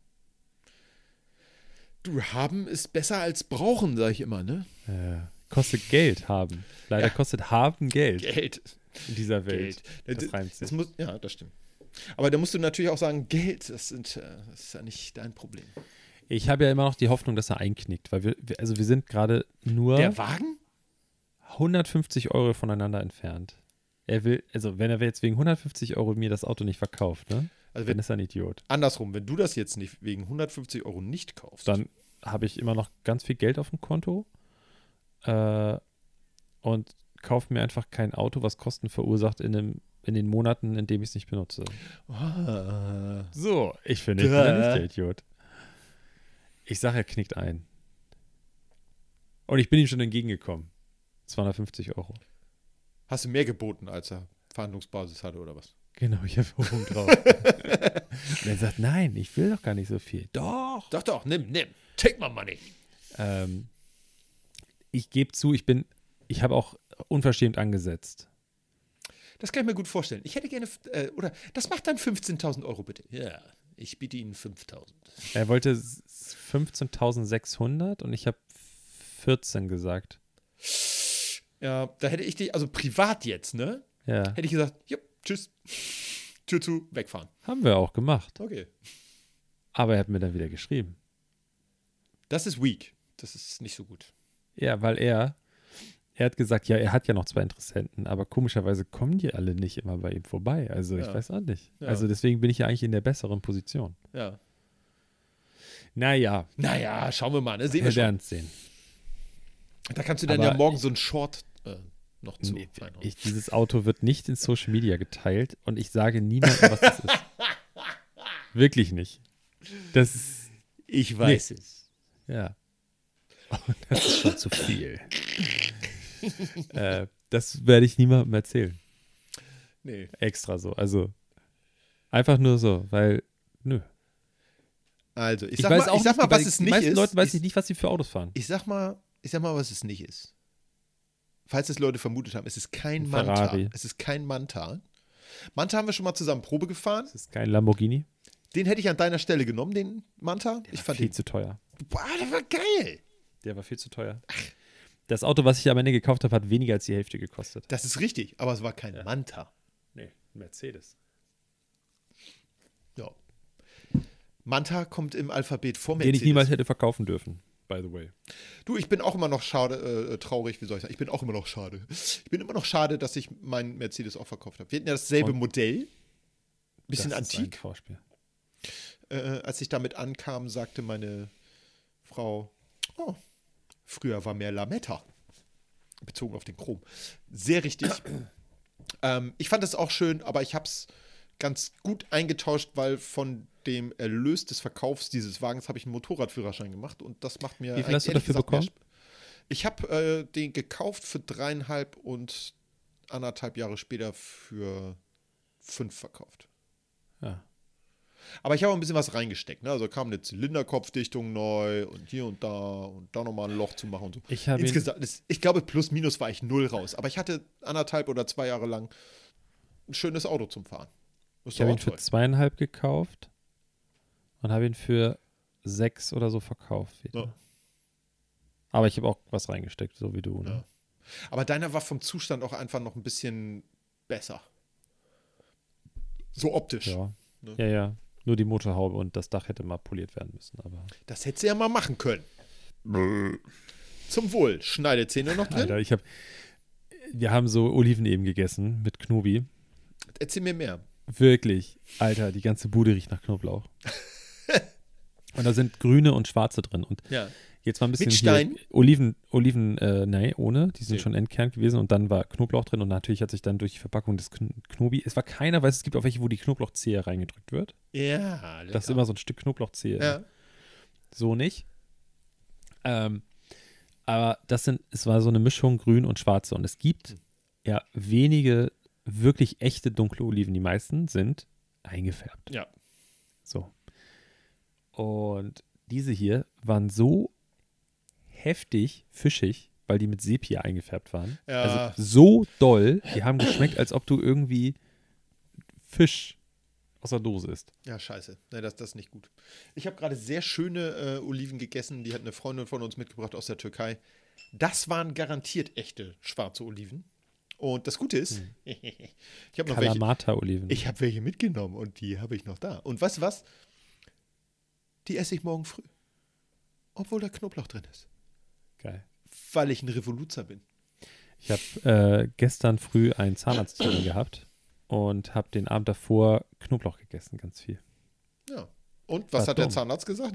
Speaker 2: Du, haben ist besser als brauchen, sag ich immer, ne?
Speaker 3: Äh, kostet Geld haben. Leider
Speaker 2: Ja.
Speaker 3: kostet haben Geld
Speaker 2: Geld.
Speaker 3: in dieser Welt.
Speaker 2: Geld.
Speaker 3: Das reimt
Speaker 2: das
Speaker 3: sich.
Speaker 2: muss, ja, das stimmt. Aber da musst du natürlich auch sagen, Geld, das, sind, äh, das ist ja nicht dein Problem.
Speaker 3: Ich habe ja immer noch die Hoffnung, dass er einknickt, weil wir, wir also wir sind gerade nur
Speaker 2: Der Wagen?
Speaker 3: hundertfünfzig Euro voneinander entfernt. Er will, also wenn er jetzt wegen hundertfünfzig Euro mir das Auto nicht verkauft, ne?
Speaker 2: Also
Speaker 3: Dann
Speaker 2: wenn,
Speaker 3: ist er ein Idiot.
Speaker 2: andersrum, wenn du das jetzt nicht wegen hundertfünfzig Euro nicht kaufst,
Speaker 3: Dann habe ich immer noch ganz viel Geld auf dem Konto äh, und kaufe mir einfach kein Auto, was Kosten verursacht in, dem, in den Monaten, in denen ich es nicht benutze.
Speaker 2: Ah.
Speaker 3: So, ich finde, ich bin ja
Speaker 2: Duh.
Speaker 3: nicht der Idiot. Ich sage, er knickt ein. Und ich bin ihm schon entgegengekommen. zweihundertfünfzig Euro.
Speaker 2: Hast du mehr geboten, als er Verhandlungsbasis hatte oder was?
Speaker 3: Genau, ich habe oben drauf. Und er sagt, nein, ich will doch gar nicht so viel. Doch.
Speaker 2: Doch, doch, nimm, nimm. Take my money.
Speaker 3: Ähm, ich gebe zu, ich bin, ich habe auch unverschämt angesetzt.
Speaker 2: Das kann ich mir gut vorstellen. Ich hätte gerne, äh, oder das macht dann fünfzehntausend Euro bitte. Ja, ich biete Ihnen fünftausend.
Speaker 3: Er wollte fünfzehntausendsechshundert und ich habe vierzehn gesagt.
Speaker 2: Ja, da hätte ich dich, also privat jetzt, ne?
Speaker 3: Ja,
Speaker 2: Hätte ich gesagt, jupp, tschüss, Tür zu, wegfahren.
Speaker 3: haben wir auch gemacht.
Speaker 2: Okay.
Speaker 3: Aber er hat mir dann wieder geschrieben.
Speaker 2: Das ist weak. Das ist nicht so gut.
Speaker 3: Ja, weil er, er hat gesagt, ja, er hat ja noch zwei Interessenten, aber komischerweise kommen die alle nicht immer bei ihm vorbei. Also ich
Speaker 2: Ja.
Speaker 3: weiß auch nicht.
Speaker 2: Ja.
Speaker 3: Also deswegen bin ich ja eigentlich in der besseren Position.
Speaker 2: Ja.
Speaker 3: Naja,
Speaker 2: Naja, schauen wir mal, ne? Sehen wir
Speaker 3: wir
Speaker 2: schon.
Speaker 3: werden es sehen.
Speaker 2: Da kannst du dann
Speaker 3: Aber
Speaker 2: ja morgen so einen Short äh, noch zu
Speaker 3: Nee,
Speaker 2: reinhauen.
Speaker 3: ich, dieses Auto wird nicht in Social Media geteilt und ich sage niemandem, was das ist. Wirklich nicht. Das ist,
Speaker 2: Ich
Speaker 3: weiß
Speaker 2: es.
Speaker 3: ja. Das ist schon zu viel. äh, das werde ich niemandem erzählen.
Speaker 2: Nee.
Speaker 3: Extra so. Also einfach nur so, weil, nö.
Speaker 2: Also, ich
Speaker 3: Ich
Speaker 2: sag
Speaker 3: weiß
Speaker 2: mal,
Speaker 3: auch
Speaker 2: ich sag
Speaker 3: nicht,
Speaker 2: mal was
Speaker 3: bei
Speaker 2: es
Speaker 3: den
Speaker 2: nicht
Speaker 3: meisten
Speaker 2: ist.
Speaker 3: Leuten weiß
Speaker 2: ich,
Speaker 3: ich nicht, was sie für Autos fahren.
Speaker 2: ich sag mal, ich sag mal, was es nicht ist. Falls es Leute vermutet haben, es ist kein
Speaker 3: Ein
Speaker 2: Manta.
Speaker 3: Ferrari.
Speaker 2: Es ist kein Manta. Manta haben wir schon mal zusammen Probe gefahren.
Speaker 3: Das ist kein Lamborghini.
Speaker 2: Den hätte ich an deiner Stelle genommen, den Manta.
Speaker 3: Der
Speaker 2: Ich
Speaker 3: war
Speaker 2: fand
Speaker 3: viel
Speaker 2: den.
Speaker 3: zu teuer.
Speaker 2: Boah, der war geil.
Speaker 3: Der war viel zu teuer. Das Auto, was ich am Ende gekauft habe, hat weniger als die Hälfte gekostet.
Speaker 2: Das ist richtig, aber es war kein
Speaker 3: Ja.
Speaker 2: Manta.
Speaker 3: Nee, Mercedes.
Speaker 2: Ja. Manta kommt im Alphabet vor
Speaker 3: Den
Speaker 2: Mercedes.
Speaker 3: ich niemals hätte verkaufen dürfen, by the way.
Speaker 2: Du, ich bin auch immer noch schade, äh, traurig, wie soll ich sagen? Ich bin auch immer noch schade. Ich bin immer noch schade, dass ich meinen Mercedes auch verkauft habe. Wir hatten ja dasselbe
Speaker 3: Und?
Speaker 2: Modell. Bisschen
Speaker 3: Das ist ein
Speaker 2: antik.
Speaker 3: Trauerspiel.
Speaker 2: Äh, als ich damit ankam, sagte meine Frau, oh, früher war mehr Lametta. Bezogen auf den Chrom. Sehr richtig. ähm, ich fand das auch schön, aber ich habe es ganz gut eingetauscht, weil von dem Erlös des Verkaufs dieses Wagens habe ich einen Motorradführerschein gemacht und das macht mir
Speaker 3: Wie viel hast du
Speaker 2: ehrlich
Speaker 3: dafür
Speaker 2: gesagt mehr
Speaker 3: bekommen?
Speaker 2: Sp- Ich habe äh, den gekauft für dreieinhalb und anderthalb Jahre später für fünf verkauft.
Speaker 3: Ja.
Speaker 2: Aber ich habe auch ein bisschen was reingesteckt. Ne? Also kam eine Zylinderkopfdichtung neu und hier und da und da nochmal ein Loch zu machen und so.
Speaker 3: Ich habe ihn,
Speaker 2: Insgesamt, das, ich glaube, plus minus war ich null raus. Aber ich hatte anderthalb oder zwei Jahre lang ein schönes Auto zum Fahren. Das ist
Speaker 3: ich habe
Speaker 2: doch
Speaker 3: ihn
Speaker 2: auch
Speaker 3: für
Speaker 2: toll.
Speaker 3: zweieinhalb gekauft und habe ihn für sechs oder so verkauft wieder.
Speaker 2: Ja.
Speaker 3: Aber ich habe auch was reingesteckt, so wie du. Ne?
Speaker 2: Ja. Aber deiner war vom Zustand auch einfach noch ein bisschen besser. So optisch.
Speaker 3: Ja.
Speaker 2: Ne?
Speaker 3: ja, ja. Nur die Motorhaube und das Dach hätte mal poliert werden müssen. Aber
Speaker 2: Das hättest du ja mal machen können. Zum Wohl. Schneidezähne noch drin?
Speaker 3: Alter, ich habe, wir haben so Oliven eben gegessen mit Knobi.
Speaker 2: Erzähl mir mehr.
Speaker 3: Wirklich, Alter, die ganze Bude riecht nach Knoblauch. Und da sind grüne und schwarze drin. Und
Speaker 2: Ja.
Speaker 3: jetzt mal ein bisschen
Speaker 2: Mit Stein?
Speaker 3: hier Oliven, Oliven, äh, nein, ohne. Die sind
Speaker 2: Okay.
Speaker 3: schon entkernt gewesen und dann war Knoblauch drin und natürlich hat sich dann durch die Verpackung des Kn Knobi, es war keiner, weil es gibt auch welche, wo die Knoblauchzehe reingedrückt wird.
Speaker 2: Ja,
Speaker 3: Das ist immer so ein Stück Knoblauchzehe.
Speaker 2: Ja.
Speaker 3: So nicht. Ähm, aber das sind, es war so eine Mischung grün und schwarze und es gibt ja wenige wirklich echte dunkle Oliven. Die meisten sind eingefärbt.
Speaker 2: Ja.
Speaker 3: So. Und diese hier waren so heftig fischig, weil die mit Sepia eingefärbt waren.
Speaker 2: Ja.
Speaker 3: Also so doll, die haben geschmeckt, als ob du irgendwie Fisch aus der Dose isst.
Speaker 2: Ja, scheiße. Nee, das, das ist nicht gut. Ich habe gerade sehr schöne äh, Oliven gegessen. Die hat eine Freundin von uns mitgebracht aus der Türkei. Das waren garantiert echte schwarze Oliven. Und das Gute ist, ich habe noch welche,
Speaker 3: Kalamata-Oliven.
Speaker 2: ich habe welche mitgenommen und die habe ich noch da. Und weißt du was? Die esse ich morgen früh. Obwohl da Knoblauch drin ist.
Speaker 3: Geil.
Speaker 2: Weil ich ein Revoluzer bin.
Speaker 3: Ich habe äh, gestern früh einen Zahnarzttermin gehabt und habe den Abend davor Knoblauch gegessen, ganz viel.
Speaker 2: Ja. Und was
Speaker 3: War
Speaker 2: hat der
Speaker 3: dumm.
Speaker 2: Zahnarzt gesagt?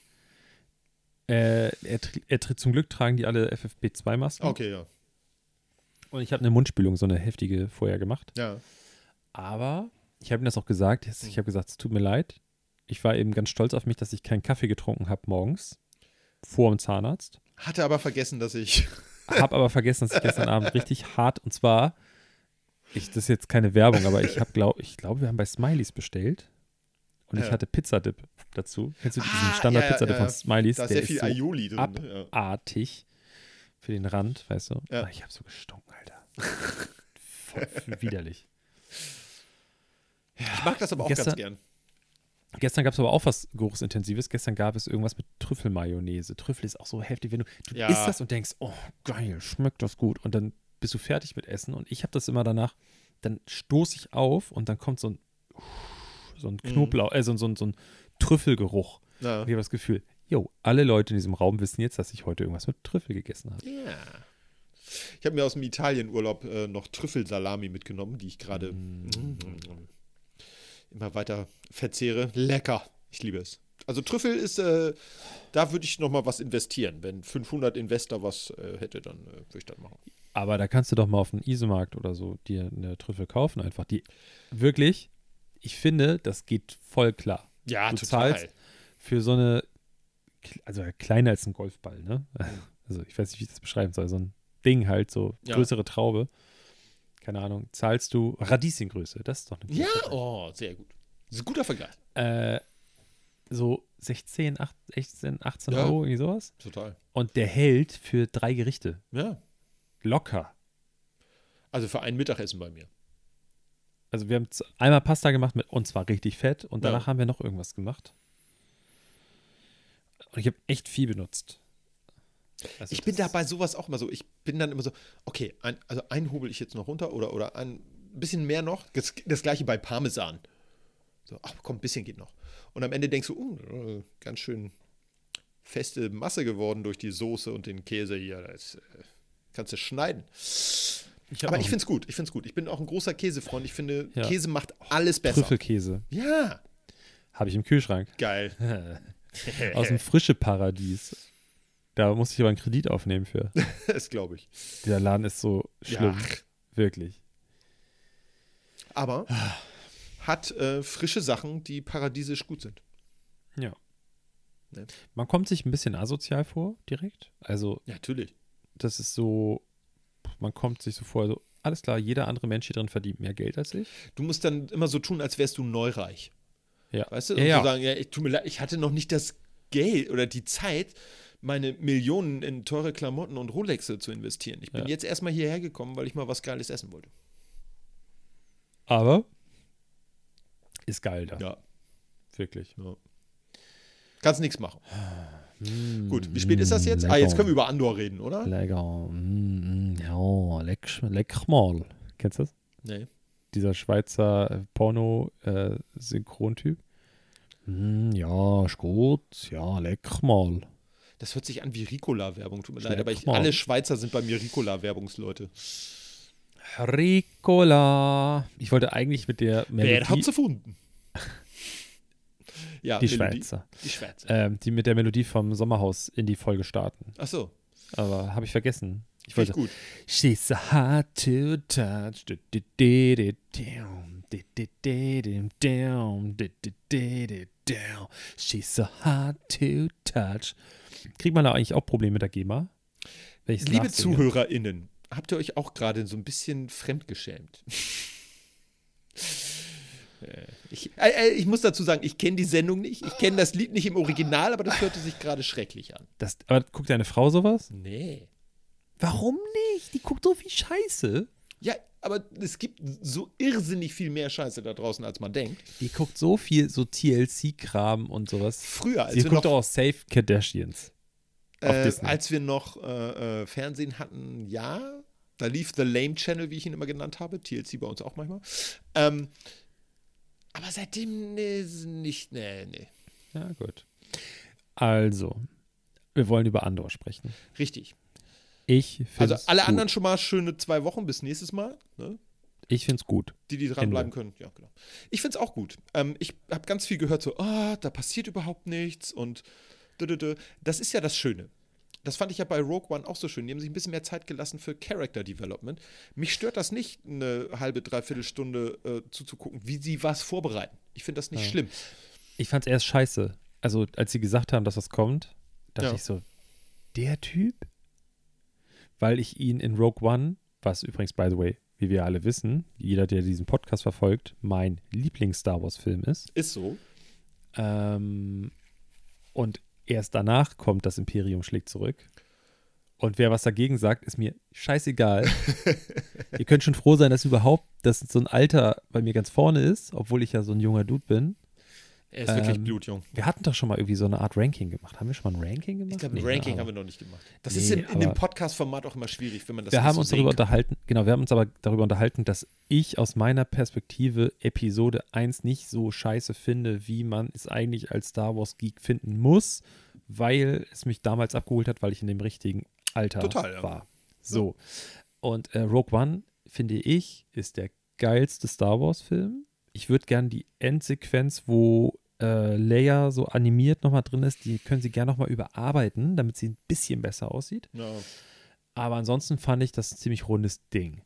Speaker 3: Äh, er, tr- er tritt zum Glück tragen die alle F F P zwei Masken.
Speaker 2: Okay, ja.
Speaker 3: Und ich habe eine Mundspülung, so eine heftige, vorher gemacht.
Speaker 2: Ja.
Speaker 3: Aber ich habe ihm das auch gesagt. Ich habe gesagt, es tut mir leid. Ich war eben ganz stolz auf mich, dass ich keinen Kaffee getrunken habe morgens vor dem Zahnarzt.
Speaker 2: Hatte aber vergessen, dass ich.
Speaker 3: Habe aber vergessen, dass ich gestern Abend richtig hart, und zwar, ich, das ist jetzt keine Werbung, aber ich habe, glaub, ich glaube, wir haben bei Smileys bestellt und ich
Speaker 2: Ja.
Speaker 3: hatte Pizzadip dazu. Kennst du diesen
Speaker 2: Ah,
Speaker 3: Standard-Pizzadip
Speaker 2: ja, ja, ja.
Speaker 3: von Smileys?
Speaker 2: Da ist
Speaker 3: Der
Speaker 2: sehr viel
Speaker 3: so
Speaker 2: Aioli drin. Ne? Ja.
Speaker 3: abartig für den Rand, weißt du?
Speaker 2: Ja.
Speaker 3: Ah, ich habe so gestunken, Alter. Voll widerlich.
Speaker 2: Ich mag das aber auch ganz
Speaker 3: Gestern-
Speaker 2: gern.
Speaker 3: Gestern gab es aber auch was Geruchsintensives. Gestern gab es irgendwas mit Trüffelmayonnaise. Trüffel ist auch so heftig, wenn du, du
Speaker 2: Ja.
Speaker 3: isst das und denkst, oh geil, schmeckt das gut. Und dann bist du fertig mit Essen. Und ich habe das immer danach, dann stoße ich auf und dann kommt so ein, so ein Knoblauch, äh, so, ein- so, ein- so ein Trüffelgeruch.
Speaker 2: Ja.
Speaker 3: Und ich habe das Gefühl, jo, alle Leute in diesem Raum wissen jetzt, dass ich heute irgendwas mit Trüffel gegessen habe.
Speaker 2: Ja. Ich habe mir aus dem Italienurlaub äh, noch Trüffelsalami mitgenommen, die ich gerade mm. immer weiter verzehre. Lecker. Ich liebe es. Also Trüffel ist, äh, da würde ich noch mal was investieren. Wenn fünfhundert Investor was äh, hätte, dann äh, würde ich das machen.
Speaker 3: Aber da kannst du doch mal auf dem Isemarkt oder so dir eine Trüffel kaufen einfach. Die wirklich, ich finde, das geht voll klar.
Speaker 2: Ja,
Speaker 3: Du
Speaker 2: total.
Speaker 3: zahlst für so eine also kleiner als ein Golfball, ne? Also ich weiß nicht, wie ich das beschreiben soll. So ein Ding halt, so
Speaker 2: Ja.
Speaker 3: größere Traube. Keine Ahnung, zahlst du Radieschengröße, das ist doch eine gute
Speaker 2: Ja,
Speaker 3: Vergleich.
Speaker 2: oh, sehr gut. Das ist ein guter Vergleich.
Speaker 3: Äh, so sechzehn, achtzehn, achtzehn
Speaker 2: Ja.
Speaker 3: Euro, irgendwie sowas.
Speaker 2: Total.
Speaker 3: Und der hält für drei Gerichte.
Speaker 2: Ja.
Speaker 3: Locker.
Speaker 2: Also für ein Mittagessen bei mir.
Speaker 3: Also wir haben z- einmal Pasta gemacht mit, und zwar richtig fett. Und danach
Speaker 2: Ja.
Speaker 3: haben wir noch irgendwas gemacht. Und ich habe echt viel benutzt. Also
Speaker 2: Ich bin
Speaker 3: das-
Speaker 2: da bei sowas auch immer so. Ich bin dann immer so, okay, ein, also einen hobel ich jetzt noch runter oder, oder ein bisschen mehr noch. Das, das gleiche bei Parmesan. So, ach komm, ein bisschen geht noch. Und am Ende denkst du, uh, äh, ganz schön feste Masse geworden durch die Soße und den Käse hier. Das äh, kannst du schneiden.
Speaker 3: Ich hab
Speaker 2: Aber
Speaker 3: auch
Speaker 2: ich finde es gut. Ich finde es gut. Ich bin auch ein großer Käsefreund. Ich finde,
Speaker 3: Ja.
Speaker 2: Käse macht alles besser.
Speaker 3: Trüffelkäse.
Speaker 2: Ja,
Speaker 3: Habe ich im Kühlschrank.
Speaker 2: geil.
Speaker 3: Aus dem frische Paradies. Da muss ich aber einen Kredit aufnehmen für.
Speaker 2: Das glaube ich.
Speaker 3: Dieser Laden ist so schlimm.
Speaker 2: Ja.
Speaker 3: Wirklich.
Speaker 2: Aber hat äh, frische Sachen, die paradiesisch gut sind.
Speaker 3: Ja.
Speaker 2: Ne?
Speaker 3: Man kommt sich ein bisschen asozial vor, direkt. Also,
Speaker 2: Ja, natürlich.
Speaker 3: das ist so, man kommt sich so vor, so, alles klar, jeder andere Mensch hier drin verdient mehr Geld als ich.
Speaker 2: Du musst dann immer so tun, als wärst du neureich.
Speaker 3: Ja.
Speaker 2: Weißt du?
Speaker 3: Ja,
Speaker 2: Und
Speaker 3: ja.
Speaker 2: so sagen, ja, ich, tut mir leid, ich hatte noch nicht das Geld oder die Zeit, meine Millionen in teure Klamotten und Rolexe zu investieren. Ich bin
Speaker 3: Ja.
Speaker 2: jetzt erstmal hierher gekommen, weil ich mal was Geiles essen wollte.
Speaker 3: Aber ist geil da.
Speaker 2: Ja.
Speaker 3: Wirklich.
Speaker 2: Kannst nichts machen.
Speaker 3: Mm,
Speaker 2: Gut, wie spät ist das jetzt? Ah, jetzt können wir über Andor reden, oder?
Speaker 3: Lecker. Mm, mm, ja, leck, leck mal. Kennst du das?
Speaker 2: Nee.
Speaker 3: Dieser Schweizer äh, Porno-Synchrontyp. mm, ja, ist gut. Ja, leck mal.
Speaker 2: Das hört sich an wie Ricola-Werbung, tut mir leid,
Speaker 3: Schleck
Speaker 2: aber ich,
Speaker 3: mal.
Speaker 2: alle Schweizer sind bei mir Ricola-Werbungsleute.
Speaker 3: Ricola. Ich wollte eigentlich mit der
Speaker 2: Wer hat's
Speaker 3: Melodie,
Speaker 2: erfunden? Ja,
Speaker 3: die
Speaker 2: Melodie.
Speaker 3: Schweizer,
Speaker 2: Die Schweizer.
Speaker 3: ähm, die mit der Melodie vom Sommerhaus in die Folge starten.
Speaker 2: Ach so,
Speaker 3: Aber habe ich vergessen. Ich
Speaker 2: finde
Speaker 3: wollte.
Speaker 2: ich gut.
Speaker 3: She's so hard to touch. Du, du, du, du, down. Du, du, du, du, down. Du, du, du, du, down. She's so hard to touch. Kriegt man da eigentlich auch Probleme mit der GEMA? Wenn ich's
Speaker 2: Liebe
Speaker 3: nachsinge?
Speaker 2: ZuhörerInnen, habt ihr euch auch gerade so ein bisschen fremdgeschämt? Äh, ich, äh, äh, ich muss dazu sagen, ich kenne die Sendung nicht. Ich kenne das Lied nicht im Original, aber das hörte sich gerade schrecklich an.
Speaker 3: Das, aber guckt deine Frau sowas?
Speaker 2: Nee.
Speaker 3: Warum nicht? Die guckt so viel Scheiße.
Speaker 2: Ja, aber es gibt so irrsinnig viel mehr Scheiße da draußen, als man denkt.
Speaker 3: Die guckt so viel so T L C-Kram und sowas.
Speaker 2: Früher, als
Speaker 3: Sie
Speaker 2: wir
Speaker 3: guckt
Speaker 2: noch,
Speaker 3: doch auch Safe Kardashians. auf
Speaker 2: äh,
Speaker 3: Disney.
Speaker 2: als wir noch äh, äh, Fernsehen hatten, ja. Da lief The Lame Channel, wie ich ihn immer genannt habe. T L C bei uns auch manchmal. Ähm, aber seitdem nee, nicht, nee, nee.
Speaker 3: Ja, gut. Also, wir wollen über Andor sprechen.
Speaker 2: Richtig.
Speaker 3: Ich finde
Speaker 2: Also alle anderen schon mal schöne zwei Wochen bis nächstes Mal. Ne?
Speaker 3: Ich finde es gut.
Speaker 2: Die, die dranbleiben können. Ja, genau. Ich finde es auch gut. Ähm, ich habe ganz viel gehört, so, ah, da passiert überhaupt nichts und dü, dü, dü. Das ist ja das Schöne. Das fand ich ja bei Rogue One auch so schön. Die haben sich ein bisschen mehr Zeit gelassen für Character Development. Mich stört das nicht, eine halbe, dreiviertel Stunde äh, zuzugucken, wie sie was vorbereiten. Ich finde das nicht
Speaker 3: Ja.
Speaker 2: schlimm.
Speaker 3: Ich fand es erst scheiße. Also, als sie gesagt haben, dass das kommt, dachte
Speaker 2: Ja.
Speaker 3: ich so, der Typ? Weil ich ihn in Rogue One, was übrigens, by the way, wie wir alle wissen, jeder, der diesen Podcast verfolgt, mein Lieblings-Star Wars-Film ist.
Speaker 2: Ist so.
Speaker 3: Ähm, und erst danach kommt das Imperium schlägt zurück. Und wer was dagegen sagt, ist mir scheißegal. Ihr könnt schon froh sein, dass überhaupt dass so ein Alter bei mir ganz vorne ist, obwohl ich ja so ein junger Dude bin.
Speaker 2: Er ist wirklich
Speaker 3: Ähm,
Speaker 2: blutjung.
Speaker 3: Wir hatten doch schon mal irgendwie so eine Art Ranking gemacht. Haben wir schon mal ein Ranking gemacht?
Speaker 2: Ich glaube, ein
Speaker 3: Nee,
Speaker 2: Ranking
Speaker 3: aber
Speaker 2: haben wir noch nicht gemacht. Das
Speaker 3: Nee,
Speaker 2: ist in, in dem
Speaker 3: aber-
Speaker 2: Podcast-Format auch immer schwierig, wenn man das
Speaker 3: Wir
Speaker 2: nicht
Speaker 3: haben
Speaker 2: so
Speaker 3: uns
Speaker 2: sehen
Speaker 3: darüber
Speaker 2: kann.
Speaker 3: unterhalten, genau, wir haben uns aber darüber unterhalten, dass ich aus meiner Perspektive Episode eins nicht so scheiße finde, wie man es eigentlich als Star Wars Geek finden muss, weil es mich damals abgeholt hat, weil ich in dem richtigen Alter
Speaker 2: Total, ja.
Speaker 3: war. So. Und äh, Rogue One, finde ich, ist der geilste Star Wars Film. Ich würde gern die Endsequenz, wo äh, Leia so animiert nochmal drin ist, die können sie gerne nochmal überarbeiten, damit sie ein bisschen besser aussieht.
Speaker 2: Ja.
Speaker 3: Aber ansonsten fand ich das ein ziemlich rundes Ding.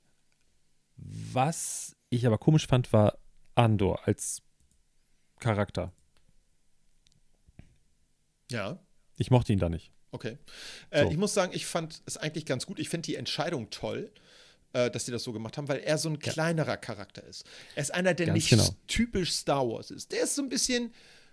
Speaker 3: Was ich aber komisch fand, war Andor als Charakter.
Speaker 2: ja.
Speaker 3: Ich mochte ihn da nicht.
Speaker 2: Okay. Äh,
Speaker 3: So.
Speaker 2: Ich muss sagen, ich fand es eigentlich ganz gut. Ich finde die Entscheidung toll, äh, dass sie das so gemacht haben, weil er so ein kleinerer Charakter ist. Er ist einer, der
Speaker 3: Ganz
Speaker 2: nicht
Speaker 3: genau.
Speaker 2: typisch Star Wars ist. Der ist so ein bisschen,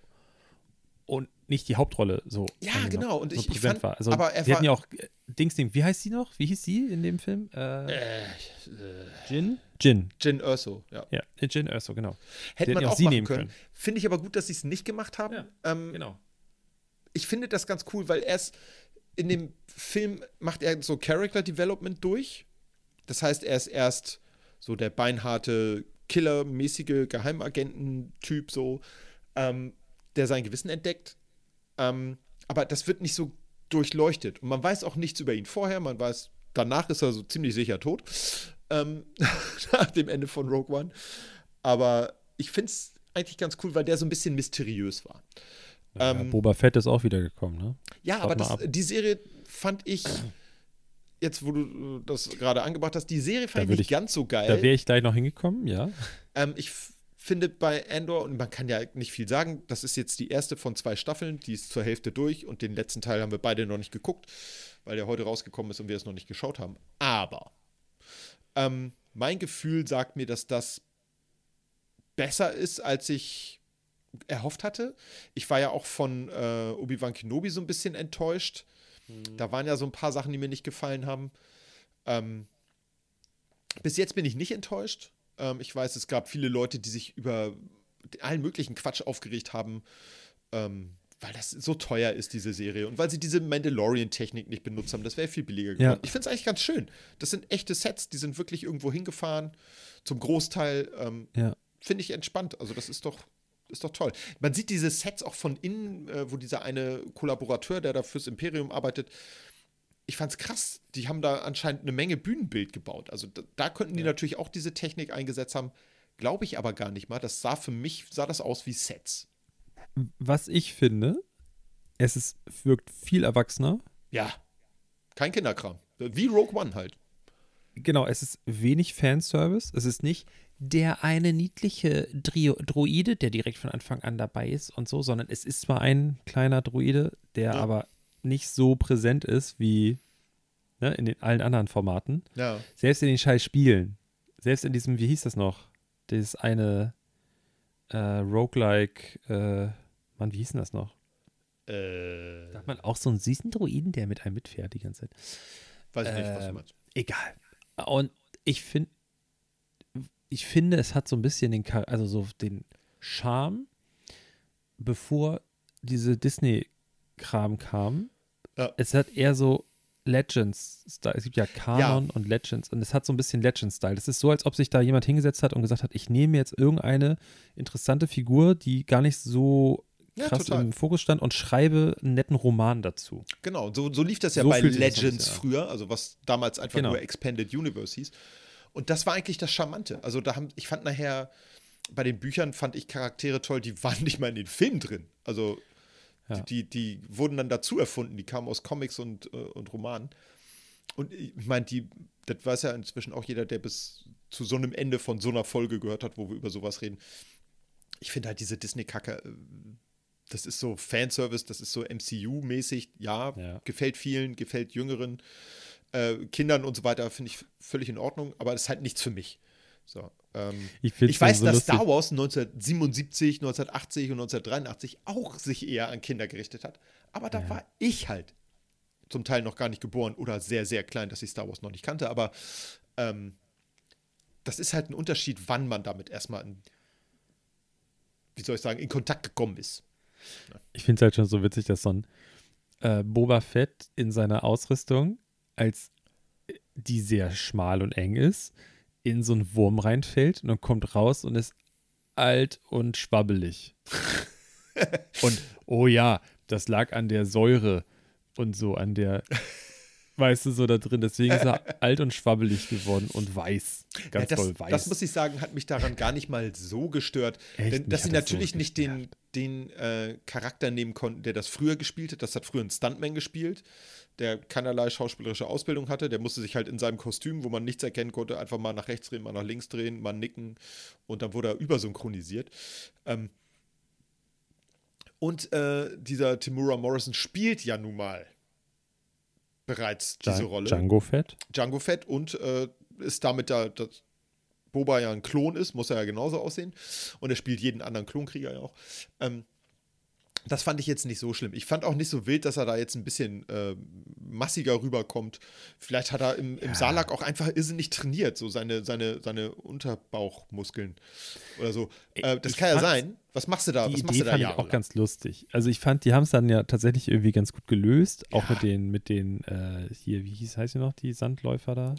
Speaker 3: Und nicht die Hauptrolle so.
Speaker 2: Ja,
Speaker 3: angenommen,
Speaker 2: genau. Und
Speaker 3: so
Speaker 2: ich- ich
Speaker 3: präsent
Speaker 2: fand-
Speaker 3: war. Also,
Speaker 2: aber er
Speaker 3: sie hatten
Speaker 2: war-
Speaker 3: ja auch äh, Dings, Ding, wie heißt sie noch? Wie hieß sie in dem Film? Äh,
Speaker 2: äh,
Speaker 3: Jin? Jin.
Speaker 2: Jyn Erso, ja.
Speaker 3: Ja, äh, Jin Erso, genau.
Speaker 2: Hätte
Speaker 3: hätten
Speaker 2: man
Speaker 3: ja auch
Speaker 2: auch
Speaker 3: sie
Speaker 2: machen
Speaker 3: nehmen
Speaker 2: können.
Speaker 3: können.
Speaker 2: Finde ich aber gut, dass sie es nicht gemacht haben.
Speaker 3: Ja,
Speaker 2: ähm,
Speaker 3: Genau.
Speaker 2: Ich finde das ganz cool, weil er ist, in dem Film macht er so Character Development durch. Das heißt, er ist erst so der beinharte, killermäßige Geheimagententyp, so, ähm, der sein Gewissen entdeckt. Ähm, aber das wird nicht so durchleuchtet. Und man weiß auch nichts über ihn vorher. Man weiß, danach ist er so ziemlich sicher tot. Ähm, nach dem Ende von Rogue One. Aber ich finde es eigentlich ganz cool, weil der so ein bisschen mysteriös war.
Speaker 3: Ja,
Speaker 2: Ähm,
Speaker 3: Boba Fett ist auch wieder gekommen, ne?
Speaker 2: Ja,
Speaker 3: Wart
Speaker 2: aber
Speaker 3: mal
Speaker 2: das,
Speaker 3: ab.
Speaker 2: die Serie fand ich, jetzt wo du äh, das gerade angebracht hast, die Serie
Speaker 3: Da
Speaker 2: fand ich
Speaker 3: würd
Speaker 2: nicht
Speaker 3: ich-
Speaker 2: ganz so geil.
Speaker 3: Da wäre ich gleich noch hingekommen, ja.
Speaker 2: Ähm, ich f- finde bei Andor, und man kann ja nicht viel sagen, das ist jetzt die erste von zwei Staffeln, die ist zur Hälfte durch und den letzten Teil haben wir beide noch nicht geguckt, weil der heute rausgekommen ist und wir es noch nicht geschaut haben. Aber ähm, mein Gefühl sagt mir, dass das besser ist, als ich erhofft hatte. Ich war ja auch von äh, Obi-Wan Kenobi so ein bisschen enttäuscht. Da waren ja so ein paar Sachen, die mir nicht gefallen haben. Ähm, bis jetzt bin ich nicht enttäuscht. Ähm, ich weiß, es gab viele Leute, die sich über allen möglichen Quatsch aufgeregt haben, ähm, weil das so teuer ist, diese Serie. Und weil sie diese Mandalorian-Technik nicht benutzt haben. Das wäre viel billiger geworden.
Speaker 3: Ja.
Speaker 2: Ich finde es eigentlich ganz schön. Das sind echte Sets, die sind wirklich irgendwo hingefahren. Zum Großteil ähm,
Speaker 3: Ja.
Speaker 2: finde ich entspannt. Also das ist doch, ist doch toll. Man sieht diese Sets auch von innen, äh, wo dieser eine Kollaborateur, der da fürs Imperium arbeitet, ich fand's krass. Die haben da anscheinend eine Menge Bühnenbild gebaut. Also da, da könnten die natürlich auch diese Technik eingesetzt haben. Glaube ich aber gar nicht mal. Das sah für mich, sah das aus wie Sets.
Speaker 3: Was ich finde, es ist, wirkt viel erwachsener.
Speaker 2: Ja. Kein Kinderkram. Wie Rogue One halt.
Speaker 3: Genau, es ist wenig Fanservice. Es ist nicht der eine niedliche Drio Droide, der direkt von Anfang an dabei ist und so, sondern es ist zwar ein kleiner Droide, der
Speaker 2: Ja.
Speaker 3: aber nicht so präsent ist wie ne, in den allen anderen Formaten.
Speaker 2: Ja.
Speaker 3: Selbst in den scheiß Spielen. Selbst in diesem, wie hieß das noch? Dieses eine äh, Roguelike, äh, Mann, wie hieß denn das noch?
Speaker 2: Äh,
Speaker 3: Da hat man auch so einen süßen Droiden, der mit einem mitfährt die ganze Zeit.
Speaker 2: weiß ich nicht, was du
Speaker 3: Ähm,
Speaker 2: meinst.
Speaker 3: Egal. Und ich finde, ich finde, es hat so ein bisschen den, Char- also so den Charme, bevor diese Disney-Kram kam.
Speaker 2: Ja.
Speaker 3: Es hat eher so Legends-Style. Es gibt ja Kanon und Legends und es hat so ein bisschen Legends-Style. Das ist so, als ob sich da jemand hingesetzt hat und gesagt hat, ich nehme jetzt irgendeine interessante Figur, die gar nicht so
Speaker 2: Ja,
Speaker 3: krass
Speaker 2: total.
Speaker 3: im Fokus stand und schreibe einen netten Roman dazu.
Speaker 2: Genau, so, so lief das ja
Speaker 3: So
Speaker 2: bei
Speaker 3: fühlt sich das ein
Speaker 2: Legends
Speaker 3: bisschen an.
Speaker 2: früher, also was damals einfach
Speaker 3: Genau.
Speaker 2: nur Expanded Universe hieß. Und das war eigentlich das Charmante. Also da haben, ich fand nachher, bei den Büchern fand ich Charaktere toll, die waren nicht mal in den Filmen drin. Also
Speaker 3: Ja.
Speaker 2: die, die, die wurden dann dazu erfunden, die kamen aus Comics und, äh, und Romanen. Und ich meine, die, das weiß ja inzwischen auch jeder, der bis zu so einem Ende von so einer Folge gehört hat, wo wir über sowas reden. Ich finde halt diese Disney-Kacke, äh, das ist so Fanservice, das ist so M C U-mäßig, ja,
Speaker 3: Ja.
Speaker 2: gefällt vielen, gefällt Jüngeren, äh, Kindern und so weiter, finde ich völlig in Ordnung, aber das ist halt nichts für mich. So, ähm,
Speaker 3: Ich, find's
Speaker 2: ich weiß,
Speaker 3: so
Speaker 2: dass
Speaker 3: lustig.
Speaker 2: Star Wars neunzehnhundertsiebenundsiebzig, neunzehnhundertachtzig und neunzehnhundertdreiundachtzig auch sich eher an Kinder gerichtet hat. Aber da
Speaker 3: Ja.
Speaker 2: war ich halt zum Teil noch gar nicht geboren oder sehr, sehr klein, dass ich Star Wars noch nicht kannte. Aber ähm, das ist halt ein Unterschied, wann man damit erstmal in, wie soll ich sagen, in Kontakt gekommen ist.
Speaker 3: Ich finde es halt schon so witzig, dass so ein äh, Boba Fett in seiner Ausrüstung, als äh, die sehr schmal und eng ist, in so einen Wurm reinfällt und dann kommt raus und ist alt und schwabbelig. Und oh ja, das lag an der Säure und so, an der, weißt du, so da drin. Deswegen ist er alt und schwabbelig geworden und weiß. Ganz
Speaker 2: Ja, das,
Speaker 3: doll weiß.
Speaker 2: das muss ich sagen, hat mich daran gar nicht mal so gestört.
Speaker 3: Echt?
Speaker 2: Denn,
Speaker 3: Mich
Speaker 2: dass sie
Speaker 3: hat das so
Speaker 2: natürlich nicht den, den äh, Charakter nehmen konnten, der das früher gespielt hat. Das hat früher ein Stuntman gespielt, der keinerlei schauspielerische Ausbildung hatte. Der musste sich halt in seinem Kostüm, wo man nichts erkennen konnte, einfach mal nach rechts drehen, mal nach links drehen, mal nicken. Und dann wurde er übersynchronisiert. Ähm, Und äh, dieser Temuera Morrison spielt ja nun mal bereits diese
Speaker 3: Djan-
Speaker 2: Rolle.
Speaker 3: Django Fett.
Speaker 2: Django Fett und äh, ist damit da, dass Boba ja ein Klon ist, muss er ja genauso aussehen. Und er spielt jeden anderen Klonkrieger ja auch. Ähm, das fand ich jetzt nicht so schlimm. Ich fand auch nicht so wild, dass er da jetzt ein bisschen äh, massiger rüberkommt. Vielleicht hat er im, im
Speaker 3: Ja.
Speaker 2: Salak auch einfach irrsinnig trainiert, so seine, seine, seine Unterbauchmuskeln oder so. Äh, das
Speaker 3: Ich
Speaker 2: kann ja
Speaker 3: fand-
Speaker 2: sein. Was machst du da?
Speaker 3: Die
Speaker 2: Was machst
Speaker 3: Idee
Speaker 2: du da
Speaker 3: fand ich auch
Speaker 2: jahrelang?
Speaker 3: ganz lustig. Also ich fand, die haben es dann ja tatsächlich irgendwie ganz gut gelöst. Auch
Speaker 2: Ja.
Speaker 3: mit den, mit den, äh, hier, wie hieß, heißt sie noch, die Sandläufer da?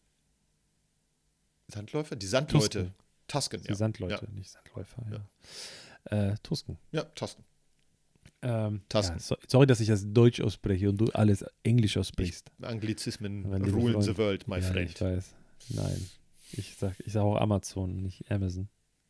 Speaker 2: Sandläufer? Die Sandleute.
Speaker 3: Tusken.
Speaker 2: Tusken,
Speaker 3: Die
Speaker 2: ja.
Speaker 3: Sandleute, nicht Sandläufer, ja. Äh, Tusken.
Speaker 2: Ja, Tusken.
Speaker 3: Ähm,
Speaker 2: Tusken.
Speaker 3: ja, so, sorry, dass ich das Deutsch ausspreche und du alles Englisch aussprichst.
Speaker 2: Anglizismen
Speaker 3: Mein lieber
Speaker 2: rulen
Speaker 3: Freund.
Speaker 2: the world, my
Speaker 3: ja,
Speaker 2: friend.
Speaker 3: ich weiß. Nein. Ich sag, ich sag auch Amazon, nicht Amazon.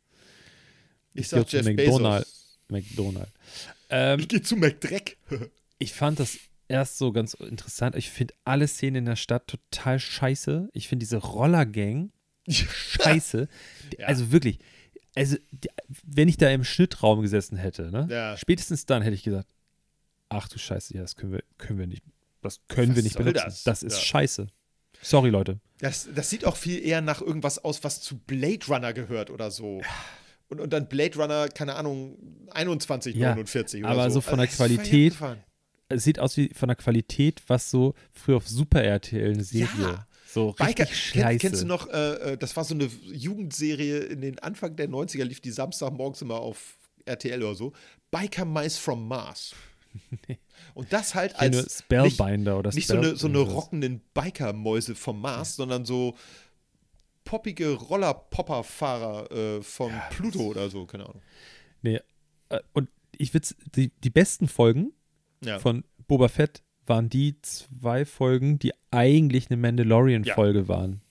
Speaker 2: Ich
Speaker 3: geh
Speaker 2: sag
Speaker 3: zu
Speaker 2: Jeff
Speaker 3: McDonald.
Speaker 2: Bezos.
Speaker 3: McDonald. Ähm,
Speaker 2: Ich gehe zu McDreck.
Speaker 3: ich fand das erst so ganz interessant. Ich finde alle Szenen in der Stadt total scheiße. Ich finde diese Rollergang scheiße.
Speaker 2: Ja.
Speaker 3: Also wirklich, also die, wenn ich da im Schnittraum gesessen hätte, ne?
Speaker 2: Ja.
Speaker 3: Spätestens dann hätte ich gesagt, ach du Scheiße, ja, das können wir, können wir nicht, das können
Speaker 2: Was
Speaker 3: wir nicht
Speaker 2: soll
Speaker 3: benutzen.
Speaker 2: das?
Speaker 3: Das, ist
Speaker 2: Ja.
Speaker 3: scheiße. Sorry, Leute.
Speaker 2: Das, das sieht auch viel eher nach irgendwas aus, was zu Blade Runner gehört oder so. Und, und dann Blade Runner, keine Ahnung, einundzwanzig neunundvierzig oder
Speaker 3: aber
Speaker 2: so.
Speaker 3: so von der
Speaker 2: Also, das ist völlig
Speaker 3: Qualität,
Speaker 2: abgefahren.
Speaker 3: Es sieht aus wie von der Qualität, was so früher auf Super R T L eine Serie.
Speaker 2: Ja.
Speaker 3: So richtig
Speaker 2: Biker,
Speaker 3: scheiße.
Speaker 2: kenn, kennst du noch, äh, äh, das war so eine Jugendserie in den Anfang der neunziger, lief die Samstagmorgens immer auf R T L oder so. Biker Mice from Mars. Und das halt
Speaker 3: Ich kenn nur
Speaker 2: als
Speaker 3: Spellbinder
Speaker 2: nicht,
Speaker 3: oder
Speaker 2: nicht so eine, so eine
Speaker 3: irgendwas.
Speaker 2: rockenden Biker-Mäuse vom Mars, sondern so poppige Roller-Popper-Fahrer äh, von
Speaker 3: Ja,
Speaker 2: Pluto oder so, keine Ahnung.
Speaker 3: Nee, äh, und ich würde die, die besten Folgen
Speaker 2: Ja.
Speaker 3: von Boba Fett waren die zwei Folgen, die eigentlich eine Mandalorian-Folge waren.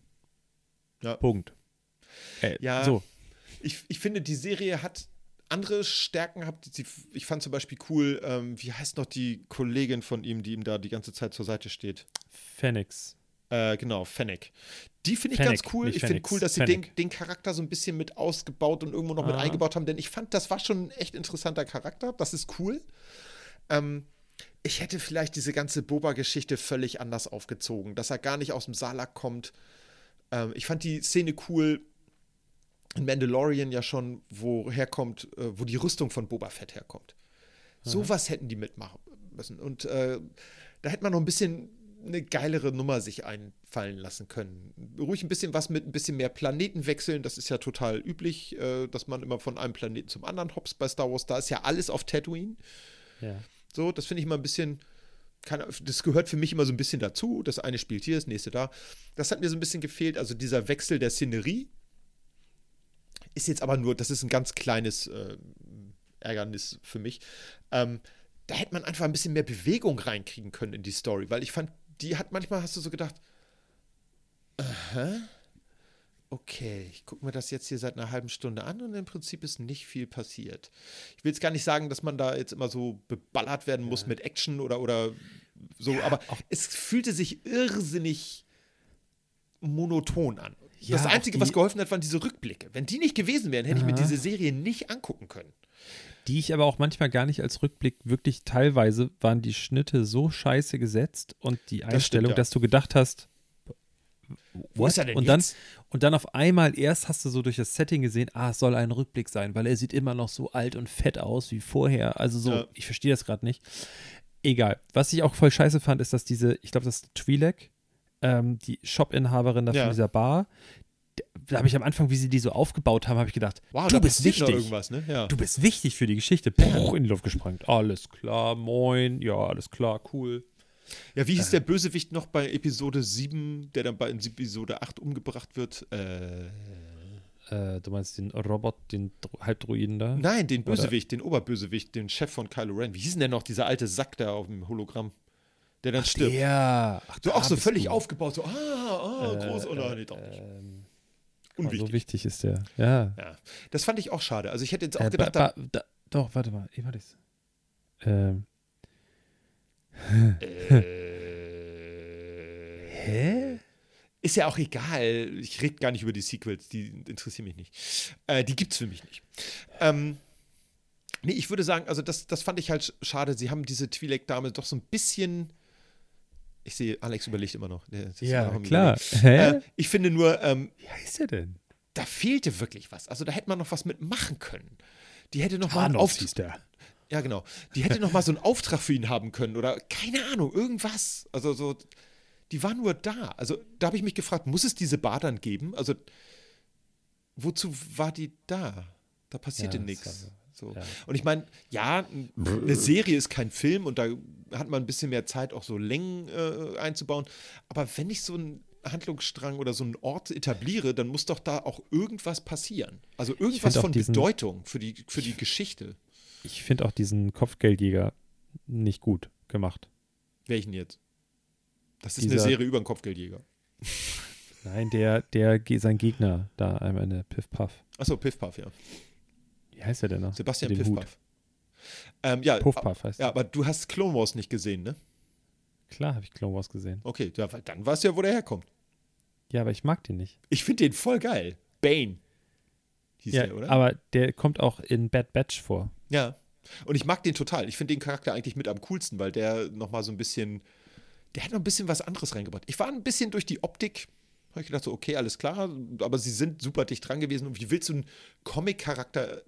Speaker 2: Ja.
Speaker 3: Punkt. Äh,
Speaker 2: Ja.
Speaker 3: So.
Speaker 2: Ich, ich finde, die Serie hat andere Stärken gehabt. Sie, ich fand zum Beispiel cool, ähm, wie heißt noch die Kollegin von ihm, die ihm da die ganze Zeit zur Seite steht?
Speaker 3: Phoenix.
Speaker 2: Äh, genau, Fennec. Die finde ich
Speaker 3: Fennec,
Speaker 2: ganz cool.
Speaker 3: nicht
Speaker 2: Ich finde
Speaker 3: Phoenix,
Speaker 2: cool, dass sie den,
Speaker 3: Fennec.
Speaker 2: den Charakter so ein bisschen mit ausgebaut und irgendwo noch mit
Speaker 3: Ah.
Speaker 2: eingebaut haben, denn ich fand, das war schon ein echt interessanter Charakter. Das ist cool. Ähm, ich hätte vielleicht diese ganze Boba-Geschichte völlig anders aufgezogen, dass er gar nicht aus dem Salak kommt. Ähm, ich fand die Szene cool in Mandalorian ja schon, wo herkommt, äh, wo die Rüstung von Boba Fett herkommt. Sowas hätten die mitmachen müssen. Und äh, da hätte man noch ein bisschen eine geilere Nummer sich einfallen lassen können. Ruhig ein bisschen was mit ein bisschen mehr Planeten wechseln. Das ist ja total üblich, äh, dass man immer von einem Planeten zum anderen hopst bei Star Wars. Da ist ja alles auf Tatooine.
Speaker 3: Ja.
Speaker 2: So, das finde ich immer ein bisschen, keine, das gehört für mich immer so ein bisschen dazu. Das eine spielt hier, das nächste da. Das hat mir so ein bisschen gefehlt. Also dieser Wechsel der Szenerie ist jetzt aber nur, das ist ein ganz kleines äh, Ärgernis für mich. Ähm, da hätte man einfach ein bisschen mehr Bewegung reinkriegen können in die Story, weil ich fand, die hat manchmal, hast du so gedacht, aha, okay, ich gucke mir das jetzt hier seit einer halben Stunde an und im Prinzip ist nicht viel passiert. Ich will jetzt gar nicht sagen, dass man da jetzt immer so beballert werden muss mit Action oder, oder so, aber es fühlte sich irrsinnig monoton an.
Speaker 3: Ja,
Speaker 2: das
Speaker 3: auch
Speaker 2: Einzige,
Speaker 3: die-
Speaker 2: was geholfen hat, waren diese Rückblicke. Wenn die nicht gewesen wären, hätte ich mir
Speaker 3: Aha.
Speaker 2: diese Serie nicht angucken können.
Speaker 3: Die ich aber auch manchmal gar nicht als Rückblick, wirklich teilweise waren die Schnitte so scheiße gesetzt und die
Speaker 2: stimmt,
Speaker 3: Einstellung,
Speaker 2: ja.
Speaker 3: dass du gedacht hast,
Speaker 2: Wo
Speaker 3: what?
Speaker 2: ist er denn
Speaker 3: und dann
Speaker 2: jetzt?
Speaker 3: Und dann auf einmal erst hast du so durch das Setting gesehen, ah, es soll ein Rückblick sein, weil er sieht immer noch so alt und fett aus wie vorher. Also so,
Speaker 2: Ja.
Speaker 3: ich verstehe das gerade nicht. Egal. Was ich auch voll scheiße fand, ist, dass diese, ich glaube, das ist Twi'lek, ähm, die Shop-Inhaberin da
Speaker 2: Ja.
Speaker 3: von dieser Bar, d- da habe ich am Anfang, wie sie die so aufgebaut haben, habe ich gedacht,
Speaker 2: Wow,
Speaker 3: du
Speaker 2: da
Speaker 3: bist
Speaker 2: passiert noch
Speaker 3: wichtig.
Speaker 2: irgendwas, ne? Ja.
Speaker 3: Du bist wichtig für die Geschichte. Puh, in die Luft gesprengt. Alles klar, moin. Ja, alles klar, cool.
Speaker 2: Ja, wie hieß der Bösewicht noch bei Episode sieben, der dann bei Episode acht umgebracht wird? Äh,
Speaker 3: Äh, du meinst den Robot, den Dro- Halbdruiden da?
Speaker 2: nein, den
Speaker 3: Oder-
Speaker 2: Bösewicht, den Oberbösewicht, den Chef von Kylo Ren. Wie hieß denn der noch, dieser alte Sack da auf dem Hologramm, der dann stirbt?
Speaker 3: Ja. Ach,
Speaker 2: So
Speaker 3: da
Speaker 2: auch so
Speaker 3: bist
Speaker 2: völlig
Speaker 3: du.
Speaker 2: aufgebaut, so, ah, ah,
Speaker 3: Äh,
Speaker 2: groß, oh nein,
Speaker 3: äh,
Speaker 2: nee, doch nicht.
Speaker 3: ähm,
Speaker 2: Unwichtig.
Speaker 3: So wichtig ist der. Ja.
Speaker 2: Ja, das fand ich auch schade. Also ich hätte jetzt auch
Speaker 3: Äh,
Speaker 2: gedacht,
Speaker 3: ba, ba, da, doch, warte mal. Ich warte. Ähm,
Speaker 2: äh,
Speaker 3: hä?
Speaker 2: ist ja auch egal. Ich rede gar nicht über die Sequels, die interessieren mich nicht. Äh, die gibt's für mich nicht. Ähm, Nee, ich würde sagen, also das, das fand ich halt schade. Sie haben diese Twi'lek-Dame doch so ein bisschen. Ich sehe, Alex überlegt immer noch. Der ist
Speaker 3: Ja,
Speaker 2: immer noch am
Speaker 3: klar.
Speaker 2: Überlegen.
Speaker 3: Hä?
Speaker 2: Äh, ich finde nur, ähm,
Speaker 3: Wie heißt der denn?
Speaker 2: da fehlte wirklich was. Also da hätte man noch was mitmachen können. Die hätte noch mal einen
Speaker 3: Thanos
Speaker 2: Auftrag.
Speaker 3: hieß der.
Speaker 2: Ja, genau. Die hätte noch mal so einen Auftrag für ihn haben können oder keine Ahnung, irgendwas. Also so, die war nur da. Also da habe ich mich gefragt, muss es diese Bar dann geben? Also wozu war die da? Da passierte
Speaker 3: Ja, das
Speaker 2: nichts.
Speaker 3: war
Speaker 2: So.
Speaker 3: ja.
Speaker 2: Und ich meine, ja, eine Serie ist kein Film und da hat man ein bisschen mehr Zeit, auch so Längen äh, einzubauen. Aber wenn ich so einen Handlungsstrang oder so einen Ort etabliere, dann muss doch da auch irgendwas passieren. Also irgendwas
Speaker 3: auch
Speaker 2: von
Speaker 3: diesen-
Speaker 2: Bedeutung für die, für die Geschichte.
Speaker 3: Ich finde auch diesen Kopfgeldjäger nicht gut gemacht.
Speaker 2: Welchen jetzt? Das ist
Speaker 3: Dieser-
Speaker 2: eine Serie über einen Kopfgeldjäger.
Speaker 3: Nein, der, der, ge- sein Gegner da einmal eine Piff Puff.
Speaker 2: Achso, Piff Puff, ja.
Speaker 3: Wie heißt der denn noch?
Speaker 2: Sebastian
Speaker 3: Mit dem
Speaker 2: Piff
Speaker 3: Hut.
Speaker 2: Puff. Ähm, ja,
Speaker 3: Puff Puff heißt
Speaker 2: ja,
Speaker 3: der.
Speaker 2: aber du hast Clone Wars nicht gesehen, ne?
Speaker 3: Klar habe ich Clone Wars gesehen.
Speaker 2: Okay, ja, weil dann weißt du ja, wo der herkommt.
Speaker 3: Ja, aber ich mag den nicht.
Speaker 2: Ich finde den voll geil. Bane hieß
Speaker 3: Ja,
Speaker 2: der, oder?
Speaker 3: aber der kommt auch in Bad Batch vor.
Speaker 2: Ja. Und ich mag den total. Ich finde den Charakter eigentlich mit am coolsten, weil der nochmal so ein bisschen, der hat noch ein bisschen was anderes reingebracht. Ich war ein bisschen durch die Optik, habe ich gedacht so, okay, alles klar, aber sie sind super dicht dran gewesen. Und wie willst du einen Comic-Charakter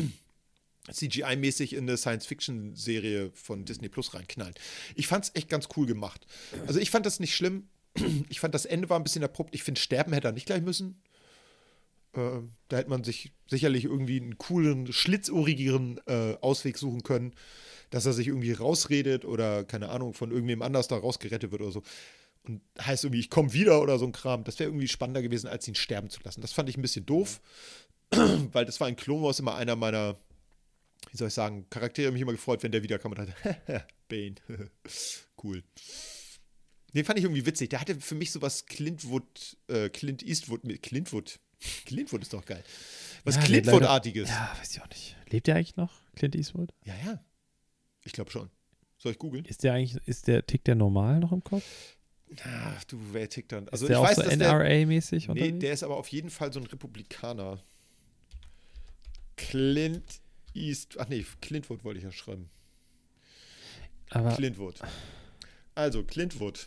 Speaker 2: C G I-mäßig in eine Science-Fiction-Serie von Disney Plus reinknallen? Ich fand es echt ganz cool gemacht. Also ich fand das nicht schlimm. Ich fand, das Ende war ein bisschen abrupt. Ich finde, sterben hätte er nicht gleich müssen. Äh, da hätte man sich sicherlich irgendwie einen coolen, schlitzohrigeren äh, Ausweg suchen können, dass er sich irgendwie rausredet oder, keine Ahnung, von irgendwem anders da rausgerettet wird oder so. Und heißt irgendwie, ich komme wieder oder so ein Kram. Das wäre irgendwie spannender gewesen, als ihn sterben zu lassen. Das fand ich ein bisschen doof, weil das war in Clone Wars immer einer meiner, wie soll ich sagen, Charaktere, mich immer gefreut, wenn der wiederkam und hatte, Bane, cool. Den fand ich irgendwie witzig. Der hatte für mich sowas Clintwood, äh, Clint Eastwood mit Clintwood. Clintwood ist doch geil. Was
Speaker 3: Ja, der
Speaker 2: Clintwood-artiges.
Speaker 3: Ja, weiß ich auch nicht. Lebt der eigentlich noch, Clint Eastwood?
Speaker 2: Ja, ja. Ich glaube schon. Soll ich googeln?
Speaker 3: Ist der eigentlich, ist der, tickt der normal noch im Kopf?
Speaker 2: Ach du, wer tickt dann? Also
Speaker 3: ist der
Speaker 2: ich
Speaker 3: auch
Speaker 2: weiß,
Speaker 3: so
Speaker 2: dass
Speaker 3: N
Speaker 2: der,
Speaker 3: R A-mäßig
Speaker 2: nee,
Speaker 3: unterwegs?
Speaker 2: der ist aber auf jeden Fall so ein Republikaner. Clint East, ach nee, Clintwood wollte ich ja schreiben.
Speaker 3: Aber
Speaker 2: Clintwood. Also, Clintwood.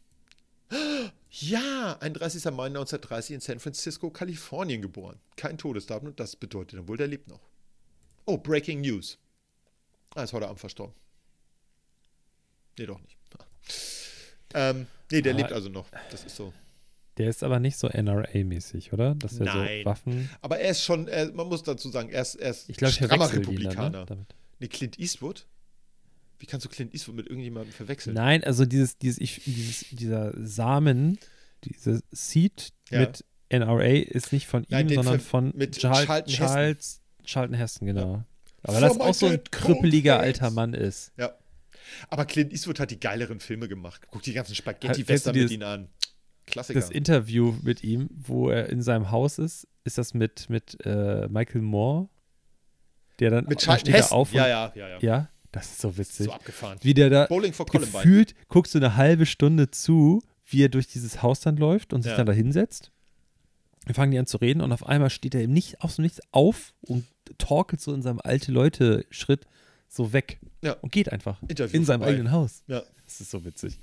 Speaker 2: Ja, einunddreißigster Mai neunzehnhundertdreißig in San Francisco, Kalifornien geboren. Kein Todesdatum und das bedeutet dann wohl, der lebt noch. Oh, Breaking News. Ah, ist heute Abend verstorben. Nee, doch nicht. Ah. Ähm, nee, der
Speaker 3: Ah.
Speaker 2: lebt also noch. Das ist so.
Speaker 3: der ist aber nicht so N R A-mäßig, oder? Dass er
Speaker 2: Nein.
Speaker 3: so Waffen.
Speaker 2: Aber er ist schon, er, man muss dazu sagen, er ist, er ist
Speaker 3: Ich glaube, ich
Speaker 2: strammer
Speaker 3: verwechsel die
Speaker 2: Republikaner.
Speaker 3: dann, ne? damit.
Speaker 2: Nee, Clint Eastwood? Wie kannst du Clint Eastwood mit irgendjemandem verwechseln?
Speaker 3: Nein, also dieses, dieses, ich, dieses, dieser Samen, diese Seed
Speaker 2: Ja.
Speaker 3: mit N R A ist nicht von
Speaker 2: Nein,
Speaker 3: ihm,
Speaker 2: den
Speaker 3: sondern
Speaker 2: ver-
Speaker 3: von
Speaker 2: mit
Speaker 3: Charl
Speaker 2: Charlton Heston.
Speaker 3: Charles Charlton Heston, genau. Aber
Speaker 2: For
Speaker 3: das
Speaker 2: my
Speaker 3: auch so ein
Speaker 2: dead
Speaker 3: krüppeliger
Speaker 2: comrades.
Speaker 3: alter Mann ist.
Speaker 2: Ja. Aber Clint Eastwood hat die geileren Filme gemacht. Guck die ganzen
Speaker 3: Kennst
Speaker 2: Spaghetti-Western
Speaker 3: du
Speaker 2: mit
Speaker 3: dieses-
Speaker 2: ihnen an. Klassiker.
Speaker 3: Das Interview mit ihm, wo er in seinem Haus ist, ist das mit, mit äh, Michael Moore, der dann
Speaker 2: mit
Speaker 3: dann
Speaker 2: Charlton
Speaker 3: steht er
Speaker 2: Heston.
Speaker 3: auf und,
Speaker 2: ja, ja, ja, ja,
Speaker 3: ja, das ist so witzig.
Speaker 2: So abgefahren.
Speaker 3: Wie der da
Speaker 2: Bowling for Columbine.
Speaker 3: gefühlt, guckst du eine halbe Stunde zu, wie er durch dieses Haus dann läuft und sich
Speaker 2: Ja.
Speaker 3: dann da hinsetzt. Dann fangen die an zu reden und auf einmal steht er eben nicht aus dem Nichts auf und torkelt so in seinem alte Leute-Schritt so weg
Speaker 2: Ja.
Speaker 3: und geht einfach
Speaker 2: Interview
Speaker 3: in seinem
Speaker 2: vorbei.
Speaker 3: eigenen Haus.
Speaker 2: Ja.
Speaker 3: Das ist so witzig.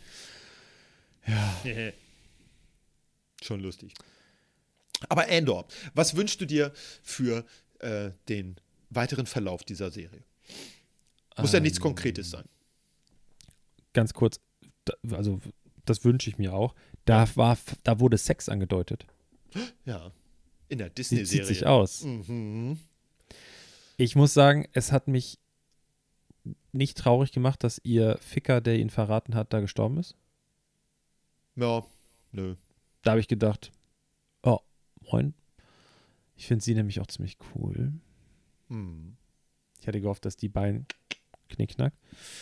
Speaker 2: Schon lustig. Aber Andor, was wünschst du dir für äh, den weiteren Verlauf dieser Serie? Muss ja nichts
Speaker 3: Ähm,
Speaker 2: Konkretes sein.
Speaker 3: Ganz kurz, da, also das wünsche ich mir auch. Da, war, da wurde Sex angedeutet.
Speaker 2: Ja. In der
Speaker 3: Sie
Speaker 2: Disney-Serie.
Speaker 3: zieht sich aus.
Speaker 2: Mhm.
Speaker 3: Ich muss sagen, es hat mich nicht traurig gemacht, dass ihr Ficker, der ihn verraten hat, da gestorben ist.
Speaker 2: Ja, nö.
Speaker 3: Da habe ich gedacht, oh, moin. Ich finde sie nämlich auch ziemlich cool.
Speaker 2: Hm.
Speaker 3: Ich hatte gehofft, dass die beiden knickknack.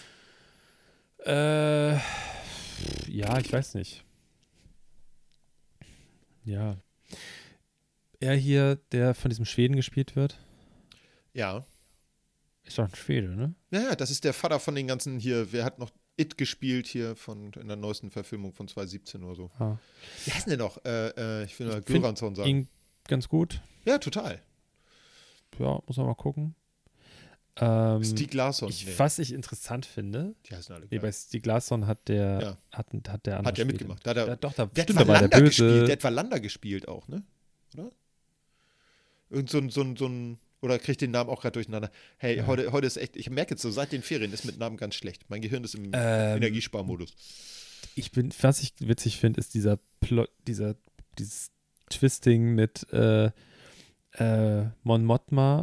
Speaker 3: Äh, ja, ich weiß nicht. Ja. Er hier, der von diesem Schweden gespielt wird,
Speaker 2: Ja.
Speaker 3: ist doch ein Schwede, ne?
Speaker 2: Ja, ja, das ist der Vater von den ganzen hier. Wer hat noch It gespielt hier von in der neuesten Verfilmung von zwanzig siebzehn oder so?
Speaker 3: Ah.
Speaker 2: Wie heißt denn der noch? Äh, äh, ich will mal
Speaker 3: Ich find
Speaker 2: Göransson sagen.
Speaker 3: Ihn ganz gut.
Speaker 2: Ja, total.
Speaker 3: Ja, muss man mal gucken. Ähm,
Speaker 2: Stieg Larsson.
Speaker 3: ich,
Speaker 2: nee.
Speaker 3: Was ich interessant finde,
Speaker 2: Die heißen alle
Speaker 3: nee,
Speaker 2: geil.
Speaker 3: bei Stieg Larsson hat der,
Speaker 2: Ja.
Speaker 3: hat, hat der andere
Speaker 2: Hat der
Speaker 3: Spiele-
Speaker 2: mitgemacht. Da hat er,
Speaker 3: Ja, doch, da
Speaker 2: der hat
Speaker 3: stimmt, da war der
Speaker 2: Wallander
Speaker 3: Böse.
Speaker 2: gespielt. Der hat Wallander gespielt auch, ne? Oder? Irgend so ein, so ein, so ein oder krieg ich den Namen auch gerade durcheinander. Hey,
Speaker 3: Ja.
Speaker 2: heute, heute ist echt, ich merke jetzt so, seit den Ferien ist mit Namen ganz schlecht. Mein Gehirn ist im
Speaker 3: Ähm,
Speaker 2: Energiesparmodus.
Speaker 3: Ich bin, was ich witzig finde, ist dieser Plot, dieser, dieses Twisting mit äh, äh, Mon Mothma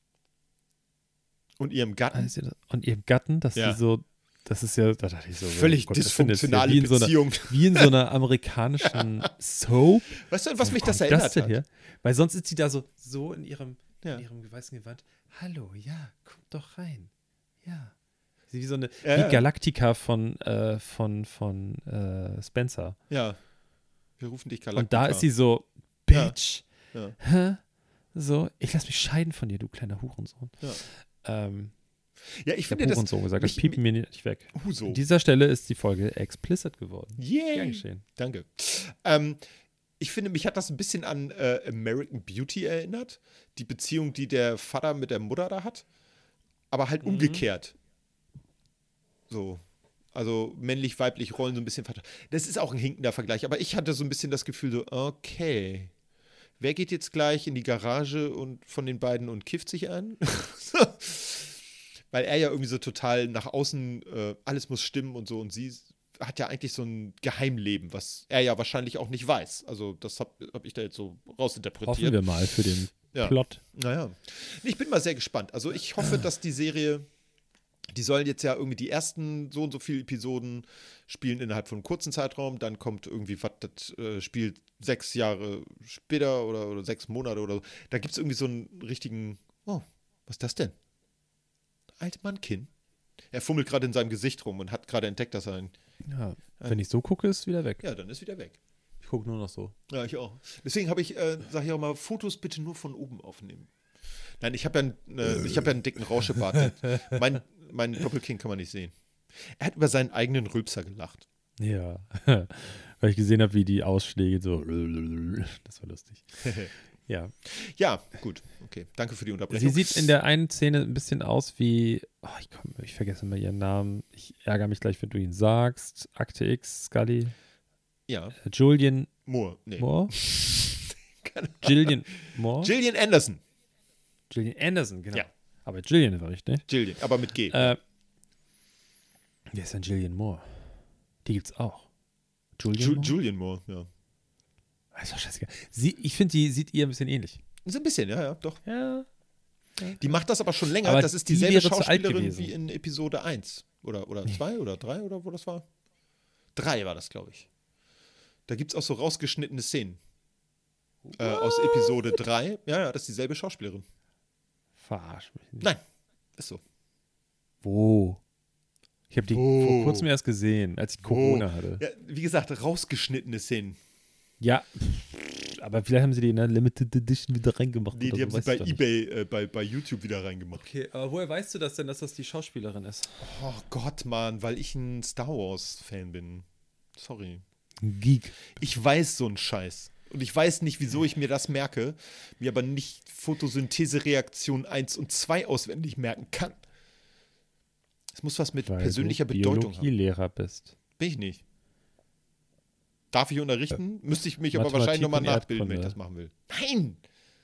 Speaker 2: Und ihrem Gatten.
Speaker 3: heißt sie das? Und ihrem Gatten, dass
Speaker 2: Ja.
Speaker 3: sie so, das ist ja, da dachte ich so,
Speaker 2: Völlig
Speaker 3: oh Gott, was findet ihr?
Speaker 2: dysfunktionale
Speaker 3: wie in so einer,
Speaker 2: Beziehung.
Speaker 3: wie in so einer amerikanischen Soap.
Speaker 2: Weißt du, an was
Speaker 3: Wo
Speaker 2: mich das
Speaker 3: kommt
Speaker 2: erinnert
Speaker 3: denn
Speaker 2: hat?
Speaker 3: her? Weil sonst ist sie da so, so in ihrem,
Speaker 2: Ja.
Speaker 3: in ihrem weißen Gewand. Hallo, ja, kommt doch rein. Ja. Sie wie so eine,
Speaker 2: Ja,
Speaker 3: wie
Speaker 2: ja.
Speaker 3: Galactica von, äh, von, von äh, Spencer.
Speaker 2: Ja. Wir rufen dich Galactica.
Speaker 3: Und da ist sie so,
Speaker 2: Ja.
Speaker 3: Bitch.
Speaker 2: Ja.
Speaker 3: Hä? So, ich lass mich scheiden von dir, du kleiner Hurensohn.
Speaker 2: Ja.
Speaker 3: Ähm,
Speaker 2: Ja, ich
Speaker 3: ich habe
Speaker 2: finde das.
Speaker 3: Hurensohn gesagt, das
Speaker 2: mich-
Speaker 3: piepen mir nicht weg.
Speaker 2: Huso.
Speaker 3: An dieser Stelle ist die Folge explicit geworden. Gern
Speaker 2: Yay.
Speaker 3: geschehen.
Speaker 2: Danke. Ähm, ich finde, mich hat das ein bisschen an äh, American Beauty erinnert. Die Beziehung, die der Vater mit der Mutter da hat. Aber halt umgekehrt. So. Also männlich-weiblich Rollen so ein bisschen. vert- Das ist auch ein hinkender Vergleich. Aber ich hatte so ein bisschen das Gefühl, so, okay. Wer geht jetzt gleich in die Garage und von den beiden und kifft sich an? Weil er ja irgendwie so total nach außen, äh, alles muss stimmen und so. Und sie hat ja eigentlich so ein Geheimleben, was er ja wahrscheinlich auch nicht weiß. Also das habe hab ich da jetzt so rausinterpretiert.
Speaker 3: Hoffen wir mal für den
Speaker 2: Ja.
Speaker 3: Plot.
Speaker 2: Naja. Ich bin mal sehr gespannt. Also ich hoffe, dass die Serie, die sollen jetzt ja irgendwie die ersten so und so viele Episoden spielen innerhalb von einem kurzen Zeitraum. Dann kommt irgendwie, was das äh, spielt sechs Jahre später oder, oder sechs Monate oder so. Da gibt es irgendwie so einen richtigen, oh, was ist das denn? Alte Mann-Kinn. Er fummelt gerade in seinem Gesicht rum und hat gerade entdeckt, dass er ein,
Speaker 3: Ja, wenn ich so gucke, ist wieder weg.
Speaker 2: ja, dann ist wieder weg.
Speaker 3: Ich gucke nur noch so.
Speaker 2: Ja, ich auch. Deswegen habe ich, äh, sage ich auch mal, Fotos bitte nur von oben aufnehmen. Nein, ich habe ja, einen, äh, ich hab ja einen dicken Rauschebart. mein, mein Doppelkinn kann man nicht sehen. Er hat über seinen eigenen Rülpser gelacht.
Speaker 3: Ja, weil ich gesehen habe, wie die Ausschläge so. Das war lustig. Ja.
Speaker 2: Ja, gut. Okay, danke für die Unterbrechung.
Speaker 3: Sie sieht in der einen Szene ein bisschen aus wie. Oh, ich, komm, ich vergesse mal ihren Namen. Ich ärgere mich gleich, wenn du ihn sagst. Akte X, Scully.
Speaker 2: Ja,
Speaker 3: Äh, Julian
Speaker 2: Moore. Nee.
Speaker 3: Moore?
Speaker 2: Keine
Speaker 3: Gillian Moore?
Speaker 2: Gillian Anderson.
Speaker 3: Gillian Anderson, genau.
Speaker 2: Ja.
Speaker 3: Aber Gillian war richtig.
Speaker 2: Gillian, aber mit G.
Speaker 3: Äh, wer ist denn Gillian Moore? Die gibt's auch. Julian
Speaker 2: Ju
Speaker 3: Moore?
Speaker 2: Julian Moore, ja.
Speaker 3: Ist doch scheißegal. Sie, ich finde, die sieht ihr ein bisschen ähnlich.
Speaker 2: So ein bisschen, ja, ja, doch.
Speaker 3: Ja.
Speaker 2: Die macht das aber schon länger.
Speaker 3: Aber
Speaker 2: das ist
Speaker 3: die
Speaker 2: dieselbe
Speaker 3: wäre zu alt
Speaker 2: Schauspielerin
Speaker 3: gewesen.
Speaker 2: wie in Episode eins. Oder, oder zwei oder drei oder wo das war? Drei war das, glaube ich. Da gibt es auch so rausgeschnittene Szenen. Äh, aus Episode drei. Ja, ja, das ist dieselbe Schauspielerin.
Speaker 3: Verarsch mich nicht.
Speaker 2: Nein, ist so.
Speaker 3: Wo? Ich habe die
Speaker 2: Wo?
Speaker 3: vor kurzem erst gesehen, als ich Corona hatte.
Speaker 2: Ja, wie gesagt, rausgeschnittene Szenen.
Speaker 3: Ja, aber vielleicht haben sie die in der Limited Edition wieder reingemacht.
Speaker 2: Die,
Speaker 3: oder
Speaker 2: die haben
Speaker 3: so,
Speaker 2: sie
Speaker 3: weiß
Speaker 2: bei
Speaker 3: ich doch nicht.
Speaker 2: Ebay, äh, bei, bei YouTube wieder reingemacht.
Speaker 3: Okay, aber woher weißt du das denn, dass das die Schauspielerin ist?
Speaker 2: Oh Gott, Mann, weil ich ein Star Wars-Fan bin. Sorry.
Speaker 3: Ein Geek.
Speaker 2: Ich weiß so einen Scheiß. Und ich weiß nicht, wieso ich mir das merke, mir aber nicht Photosynthese-Reaktion eins und zwei auswendig merken kann. Es muss was mit
Speaker 3: Weil
Speaker 2: persönlicher
Speaker 3: du
Speaker 2: Bedeutung haben.
Speaker 3: Biologielehrer bist.
Speaker 2: Bin ich nicht. Darf ich unterrichten? Müsste ich mich aber
Speaker 3: Mathematik
Speaker 2: wahrscheinlich nochmal
Speaker 3: und
Speaker 2: nachbilden, wenn ich
Speaker 3: Erdkunde.
Speaker 2: das machen will.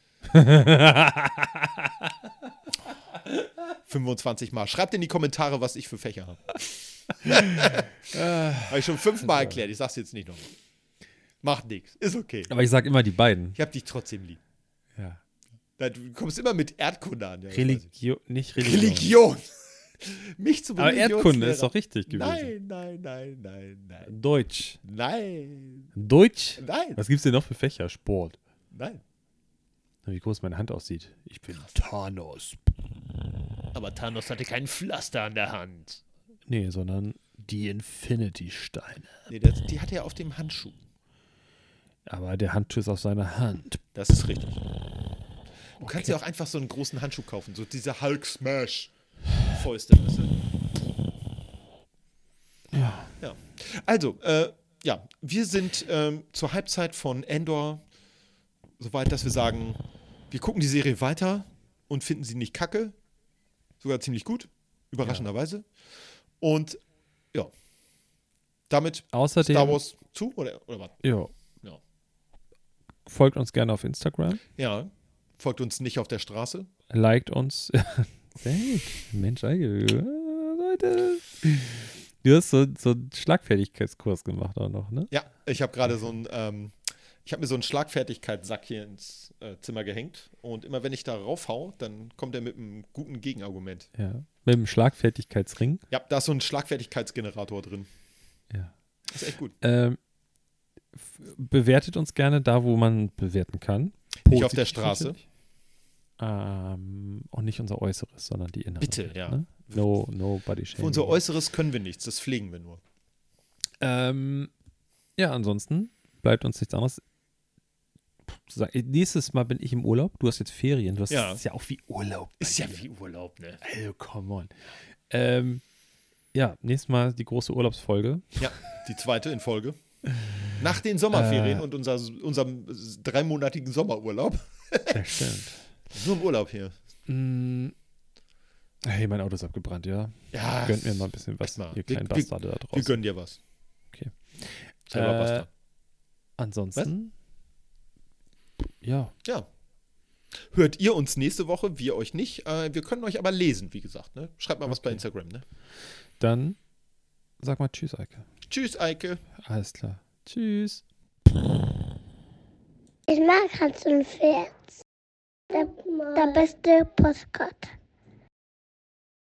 Speaker 2: Nein! fünfundzwanzig Mal. Schreibt in die Kommentare, was ich für Fächer habe. Habe ich schon fünfmal erklärt. Ich sag's jetzt nicht nochmal. Macht nichts. Ist okay.
Speaker 3: Aber ich sag immer die beiden.
Speaker 2: Ich hab dich trotzdem lieb.
Speaker 3: Ja.
Speaker 2: Du kommst immer mit Erdkunde an. Ja, das weiß
Speaker 3: Religion, nicht
Speaker 2: ich.
Speaker 3: Religion.
Speaker 2: Religion. Mich zum
Speaker 3: Aber Erdkunde
Speaker 2: Religionslehrer.
Speaker 3: ist doch richtig gewesen.
Speaker 2: Nein, nein, nein, nein, nein.
Speaker 3: Deutsch.
Speaker 2: Nein.
Speaker 3: Deutsch?
Speaker 2: Nein.
Speaker 3: Was gibt's denn noch für Fächer? Sport.
Speaker 2: Nein.
Speaker 3: Wie groß meine Hand aussieht. Ich bin Thanos.
Speaker 5: Aber Thanos hatte kein Pflaster an der Hand.
Speaker 3: Nee, sondern die Infinity-Steine.
Speaker 2: Nee, das, die hat er auf dem Handschuh.
Speaker 3: Aber der Handschuh ist auf seiner Hand.
Speaker 2: Das ist richtig. Du kannst ja auch einfach so einen großen Handschuh kaufen. So diese Hulk-Smash-Fäuste. Weißt du?
Speaker 3: Ja.
Speaker 2: Ja. Also, äh, ja, wir sind ähm, zur Halbzeit von Endor soweit, dass wir sagen, wir gucken die Serie weiter und finden sie nicht kacke. sogar ziemlich gut, überraschenderweise. Und ja, damit
Speaker 3: Außerdem,
Speaker 2: Star Wars zu, oder, oder was?
Speaker 3: Ja.
Speaker 2: Ja.
Speaker 3: Folgt uns gerne auf Instagram.
Speaker 2: Ja, folgt uns nicht auf der Straße.
Speaker 3: Liked uns. Sehr gut. Mensch, Eike. Leute. Du hast so, so einen Schlagfertigkeitskurs gemacht auch noch, ne?
Speaker 2: Ja, ich habe gerade so ein, ähm, ich habe mir so einen Schlagfertigkeitssack hier ins äh, Zimmer gehängt und immer wenn ich da raufhau, dann kommt er mit einem guten Gegenargument.
Speaker 3: Ja. Mit dem Schlagfertigkeitsring.
Speaker 2: Ja, da ist so ein Schlagfertigkeitsgenerator drin.
Speaker 3: Ja.
Speaker 2: Das ist echt gut.
Speaker 3: Ähm, f- bewertet uns gerne da, wo man bewerten kann.
Speaker 2: Nicht auf der
Speaker 3: Positiv
Speaker 2: Straße.
Speaker 3: natürlich. Ähm, und nicht unser Äußeres, sondern die Innere.
Speaker 2: Bitte, ja.
Speaker 3: Ne? No, nobody
Speaker 2: Für
Speaker 3: shaming.
Speaker 2: unser Äußeres können wir nichts, das pflegen wir nur.
Speaker 3: Ähm, ja, ansonsten bleibt uns nichts anderes. zu sagen. Nächstes Mal bin ich im Urlaub. Du hast jetzt Ferien. Du hast,
Speaker 2: Ja.
Speaker 3: Das ist ja auch wie Urlaub. bei
Speaker 2: Ist ja
Speaker 3: dir.
Speaker 2: wie Urlaub, ne?
Speaker 3: Also, come on. Ähm, ja, nächstes Mal die große Urlaubsfolge.
Speaker 2: Ja, die zweite in Folge. Nach den Sommerferien
Speaker 3: Äh.
Speaker 2: und unser, unserem dreimonatigen Sommerurlaub.
Speaker 3: Das stimmt.
Speaker 2: Nur im Urlaub hier.
Speaker 3: Mm, hey, mein Auto ist abgebrannt, ja.
Speaker 2: Ja,
Speaker 3: Gönnt mir mal ein bisschen was,
Speaker 2: echt mal.
Speaker 3: ihr
Speaker 2: Wir-
Speaker 3: kleinen
Speaker 2: wir-
Speaker 3: Bastarde da
Speaker 2: wir
Speaker 3: draußen.
Speaker 2: gönnen dir was.
Speaker 3: Okay.
Speaker 2: Selber
Speaker 3: Äh,
Speaker 2: Bastard.
Speaker 3: Ansonsten, ja,
Speaker 2: Ja. Hört ihr uns nächste Woche, wir euch nicht. Äh, wir können euch aber lesen, wie gesagt. Ne? Schreibt mal was bei
Speaker 3: Okay.
Speaker 2: Instagram. Ne?
Speaker 3: dann sag mal Tschüss, Eike.
Speaker 2: Tschüss, Eike.
Speaker 3: Alles klar. Tschüss.
Speaker 6: Ich mag Hans und Pferd. Der, der beste Postkarte.